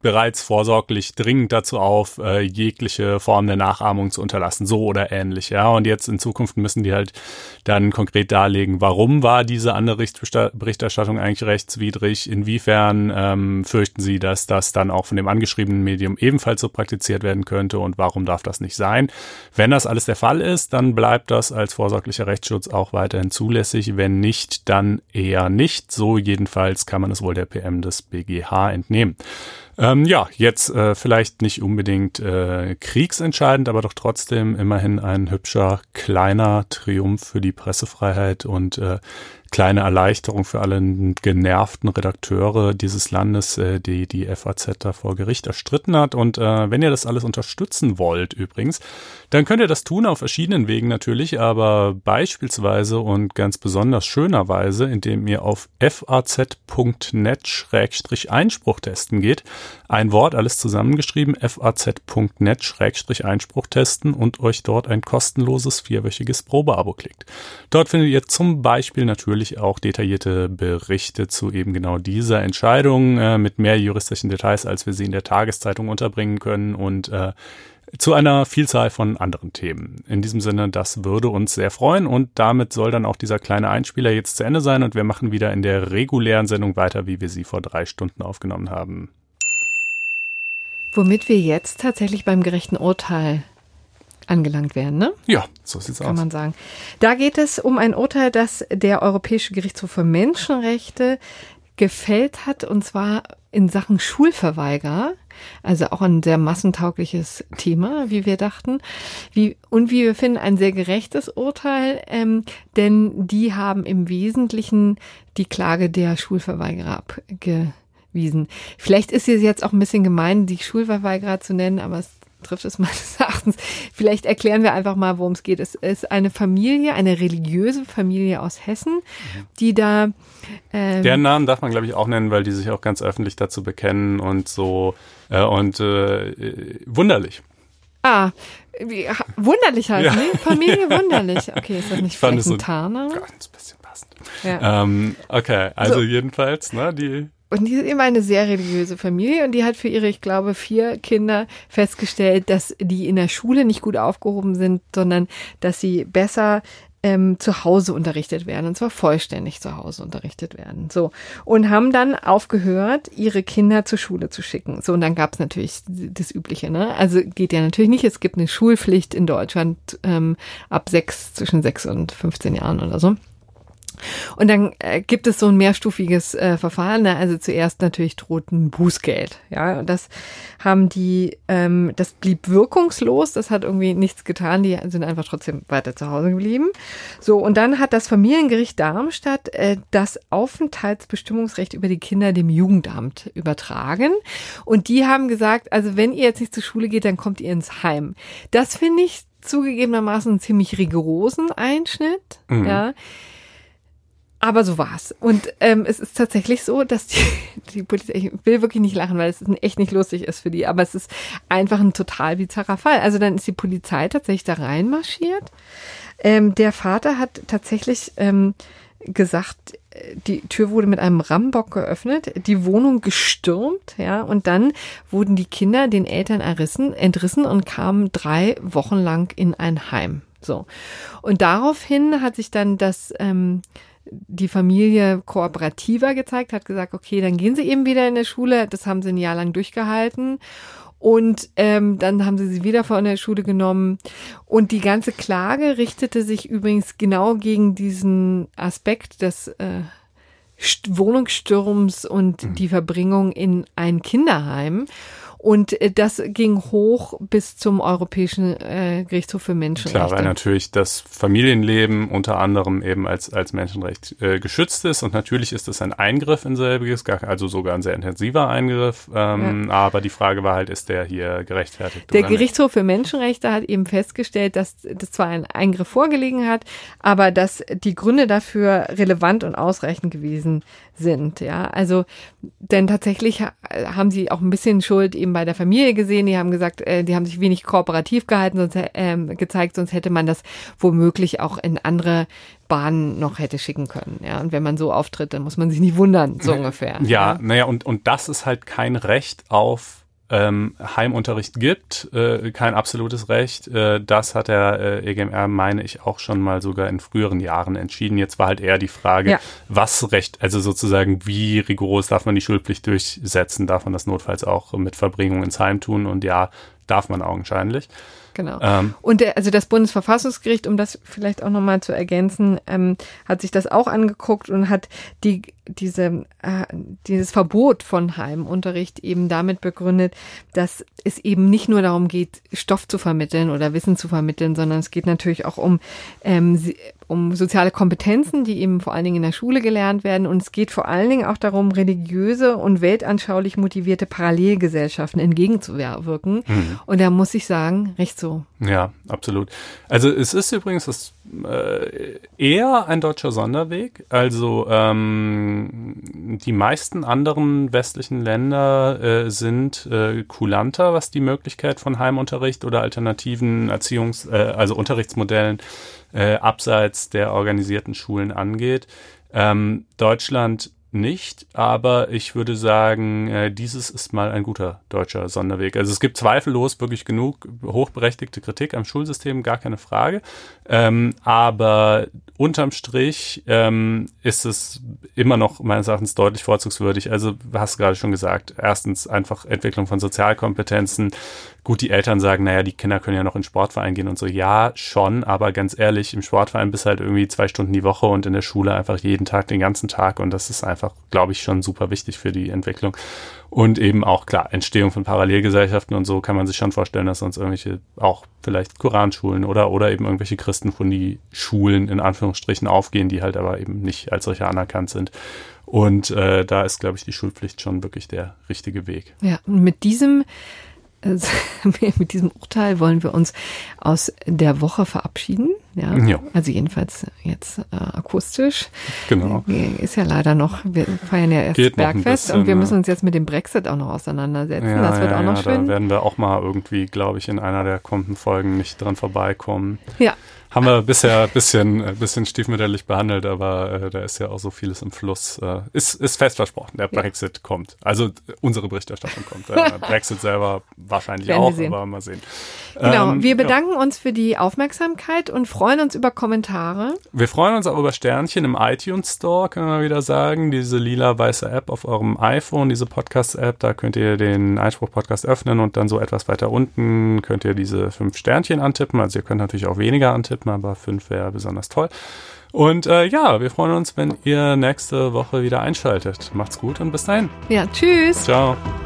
bereits vorsorglich dringend dazu auf, äh, jegliche Form der Nachahmung zu unterlassen, so oder ähnlich, ja. Und jetzt in Zukunft müssen die halt dann konkret darlegen, warum war diese andere Berichterstattung eigentlich rechtswidrig, inwiefern ähm, fürchten sie, dass das dann auch von dem angeschriebenen Medium ebenfalls so praktiziert werden könnte und warum darf das nicht sein. Wenn das alles der Fall ist, dann bleibt das als vorsorglicher Rechtsschutz auch weiterhin zulässig, wenn nicht, dann eher nicht. So jedenfalls kann man es wohl der P M des B G H entnehmen. Ähm, ja, jetzt äh, vielleicht nicht unbedingt äh, kriegsentscheidend, aber doch trotzdem immerhin ein hübscher, kleiner Triumph für die Pressefreiheit und äh, kleine Erleichterung für alle genervten Redakteure dieses Landes, äh, die die F A Z da vor Gericht erstritten hat. Und äh, wenn ihr das alles unterstützen wollt übrigens, dann könnt ihr das tun auf verschiedenen Wegen natürlich, aber beispielsweise und ganz besonders schönerweise, indem ihr auf faz punkt net Schrägstrich Einspruch testen geht. Ein Wort, alles zusammengeschrieben, faz punkt net Schrägstrich Einspruch testen und euch dort ein kostenloses vierwöchiges Probeabo klickt. Dort findet ihr zum Beispiel natürlich auch detaillierte Berichte zu eben genau dieser Entscheidung äh, mit mehr juristischen Details, als wir sie in der Tageszeitung unterbringen können und äh, zu einer Vielzahl von anderen Themen. In diesem Sinne, das würde uns sehr freuen und damit soll dann auch dieser kleine Einspieler jetzt zu Ende sein und wir machen wieder in der regulären Sendung weiter, wie wir sie vor drei Stunden aufgenommen haben. Womit wir jetzt tatsächlich beim gerechten Urteil angelangt werden, ne? Ja, so sieht's aus. Kann man sagen. Da geht es um ein Urteil, das der Europäische Gerichtshof für Menschenrechte gefällt hat, und zwar in Sachen Schulverweigerer. Also auch ein sehr massentaugliches Thema, wie wir dachten. Wie, und wie wir finden, ein sehr gerechtes Urteil, ähm, denn die haben im Wesentlichen die Klage der Schulverweigerer abgewiesen. Vielleicht ist es jetzt auch ein bisschen gemein, die Schulverweigerer zu nennen, aber es trifft es meines Erachtens. Vielleicht erklären wir einfach mal, worum es geht. Es ist eine Familie, eine religiöse Familie aus Hessen, die da... Ähm, Deren Namen darf man, glaube ich, auch nennen, weil die sich auch ganz öffentlich dazu bekennen und so äh, und äh, wunderlich. Ah, wie, wunderlich heißt, ja. Ne? Familie Wunderlich. Okay, ist das nicht vielleicht ein Tarner? Ganz bisschen passend. Ja. Ähm, okay, also so. Jedenfalls, ne, die... Und die ist eben eine sehr religiöse Familie und die hat für ihre, ich glaube, vier Kinder festgestellt, dass die in der Schule nicht gut aufgehoben sind, sondern dass sie besser ähm, zu Hause unterrichtet werden, und zwar vollständig zu Hause unterrichtet werden. So, und haben dann aufgehört, ihre Kinder zur Schule zu schicken. So, und dann gab es natürlich das Übliche, ne? Also geht ja natürlich nicht. Es gibt eine Schulpflicht in Deutschland ähm, ab sechs, zwischen sechs und fünfzehn Jahren oder so. Und dann äh, gibt es so ein mehrstufiges äh, Verfahren. Ne? Also zuerst natürlich droht ein Bußgeld. Ja, und das haben die, ähm, das blieb wirkungslos. Das hat irgendwie nichts getan. Die sind einfach trotzdem weiter zu Hause geblieben. So, und dann hat das Familiengericht Darmstadt äh, das Aufenthaltsbestimmungsrecht über die Kinder dem Jugendamt übertragen. Und die haben gesagt, also wenn ihr jetzt nicht zur Schule geht, dann kommt ihr ins Heim. Das finde ich zugegebenermaßen einen ziemlich rigorosen Einschnitt. Mhm. Ja. Aber so war's. Und ähm, es ist tatsächlich so, dass die, die Polizei, ich will wirklich nicht lachen, weil es echt nicht lustig ist für die, aber es ist einfach ein total bizarrer Fall. Also dann ist die Polizei tatsächlich da reinmarschiert. Ähm, der Vater hat tatsächlich ähm, gesagt, die Tür wurde mit einem Rambock geöffnet, die Wohnung gestürmt, ja, und dann wurden die Kinder den Eltern errissen, entrissen und kamen drei Wochen lang in ein Heim. So. Und daraufhin hat sich dann das ähm, die Familie kooperativer gezeigt, hat gesagt, okay, dann gehen sie eben wieder in der Schule. Das haben sie ein Jahr lang durchgehalten. Und ähm, dann haben sie sie wieder von der Schule genommen. Und die ganze Klage richtete sich übrigens genau gegen diesen Aspekt des äh, Wohnungssturms und mhm. die Verbringung in ein Kinderheim. Und das ging hoch bis zum Europäischen äh, Gerichtshof für Menschenrechte. Klar, weil natürlich das Familienleben unter anderem eben als als Menschenrecht äh, geschützt ist. Und natürlich ist das ein Eingriff in selbiges, also sogar ein sehr intensiver Eingriff. Ähm, ja. Aber die Frage war halt, ist der hier gerechtfertigt? Der Gerichtshof für Menschenrechte hat eben festgestellt, dass das zwar ein Eingriff vorgelegen hat, aber dass die Gründe dafür relevant und ausreichend gewesen sind. Ja, also denn tatsächlich haben sie auch ein bisschen Schuld eben bei der Familie gesehen. Die haben gesagt, äh, die haben sich wenig kooperativ gehalten, sonst äh, gezeigt, sonst hätte man das womöglich auch in andere Bahn noch hätte schicken können. Ja, und wenn man so auftritt, dann muss man sich nicht wundern, so ungefähr. Ja, ja. naja, und, und dass es halt kein Recht auf ähm, Heimunterricht gibt, äh, kein absolutes Recht, äh, das hat der äh, E G M R, meine ich, auch schon mal sogar in früheren Jahren entschieden. Jetzt war halt eher die Frage, ja. was Recht, also sozusagen, wie rigoros darf man die Schulpflicht durchsetzen, darf man das notfalls auch mit Verbringung ins Heim tun, und ja, darf man augenscheinlich. Genau. Ähm. Und der, also das Bundesverfassungsgericht, um das vielleicht auch nochmal zu ergänzen, ähm, hat sich das auch angeguckt und hat die diese äh, dieses Verbot von Heimunterricht eben damit begründet, dass es eben nicht nur darum geht, Stoff zu vermitteln oder Wissen zu vermitteln, sondern es geht natürlich auch um ähm, um soziale Kompetenzen, die eben vor allen Dingen in der Schule gelernt werden. Und es geht vor allen Dingen auch darum, religiöse und weltanschaulich motivierte Parallelgesellschaften entgegenzuwirken. Mhm. Und da muss ich sagen, recht so. Ja, absolut. Also es ist übrigens das, äh, eher ein deutscher Sonderweg. Also ähm, die meisten anderen westlichen Länder äh, sind äh, kulanter, was die Möglichkeit von Heimunterricht oder alternativen Erziehungs-, äh, also Unterrichtsmodellen Äh, abseits der organisierten Schulen angeht. Ähm, Deutschland nicht, aber ich würde sagen, äh, dieses ist mal ein guter deutscher Sonderweg. Also es gibt zweifellos wirklich genug hochberechtigte Kritik am Schulsystem, gar keine Frage. Ähm, aber unterm Strich ähm, ist es immer noch meines Erachtens deutlich vorzugswürdig. Also du hast gerade schon gesagt, erstens einfach Entwicklung von Sozialkompetenzen. Gut, die Eltern sagen, naja, die Kinder können ja noch in den Sportverein gehen und so. Ja, schon, aber ganz ehrlich, im Sportverein bist halt irgendwie zwei Stunden die Woche und in der Schule einfach jeden Tag, den ganzen Tag, und das ist einfach, glaube ich, schon super wichtig für die Entwicklung. Und eben auch, klar, Entstehung von Parallelgesellschaften und so kann man sich schon vorstellen, dass sonst irgendwelche auch vielleicht Koranschulen oder oder eben irgendwelche Christenfundi-Schulen in Anführungsstrichen aufgehen, die halt aber eben nicht als solche anerkannt sind. Und äh, da ist, glaube ich, die Schulpflicht schon wirklich der richtige Weg. Ja, und mit diesem Also, mit diesem Urteil wollen wir uns aus der Woche verabschieden. Ja, ja. Also jedenfalls jetzt äh, akustisch. Genau. Ist ja leider noch, wir feiern ja erst Geht Bergfest bisschen, und wir müssen uns jetzt mit dem Brexit auch noch auseinandersetzen. Ja, das wird ja, auch noch ja, schön. Da werden wir auch mal irgendwie, glaube ich, in einer der kommenden Folgen nicht dran vorbeikommen. Ja. Haben wir bisher ein bisschen, ein bisschen stiefmütterlich behandelt, aber äh, da ist ja auch so vieles im Fluss. Äh, ist, ist fest versprochen, der Brexit ja. kommt. Also unsere Berichterstattung kommt. Der Brexit selber wahrscheinlich auch, aber mal sehen. Genau, ähm, wir bedanken ja. uns für die Aufmerksamkeit und freuen uns über Kommentare. Wir freuen uns auch über Sternchen im iTunes Store, können wir wieder sagen. Diese lila-weiße App auf eurem iPhone, diese Podcast-App, da könnt ihr den Einspruch-Podcast öffnen und dann so etwas weiter unten könnt ihr diese fünf Sternchen antippen. Also ihr könnt natürlich auch weniger antippen, aber fünf wäre besonders toll. Und äh, ja, wir freuen uns, wenn ihr nächste Woche wieder einschaltet. Macht's gut und bis dahin. Ja, tschüss. Ciao.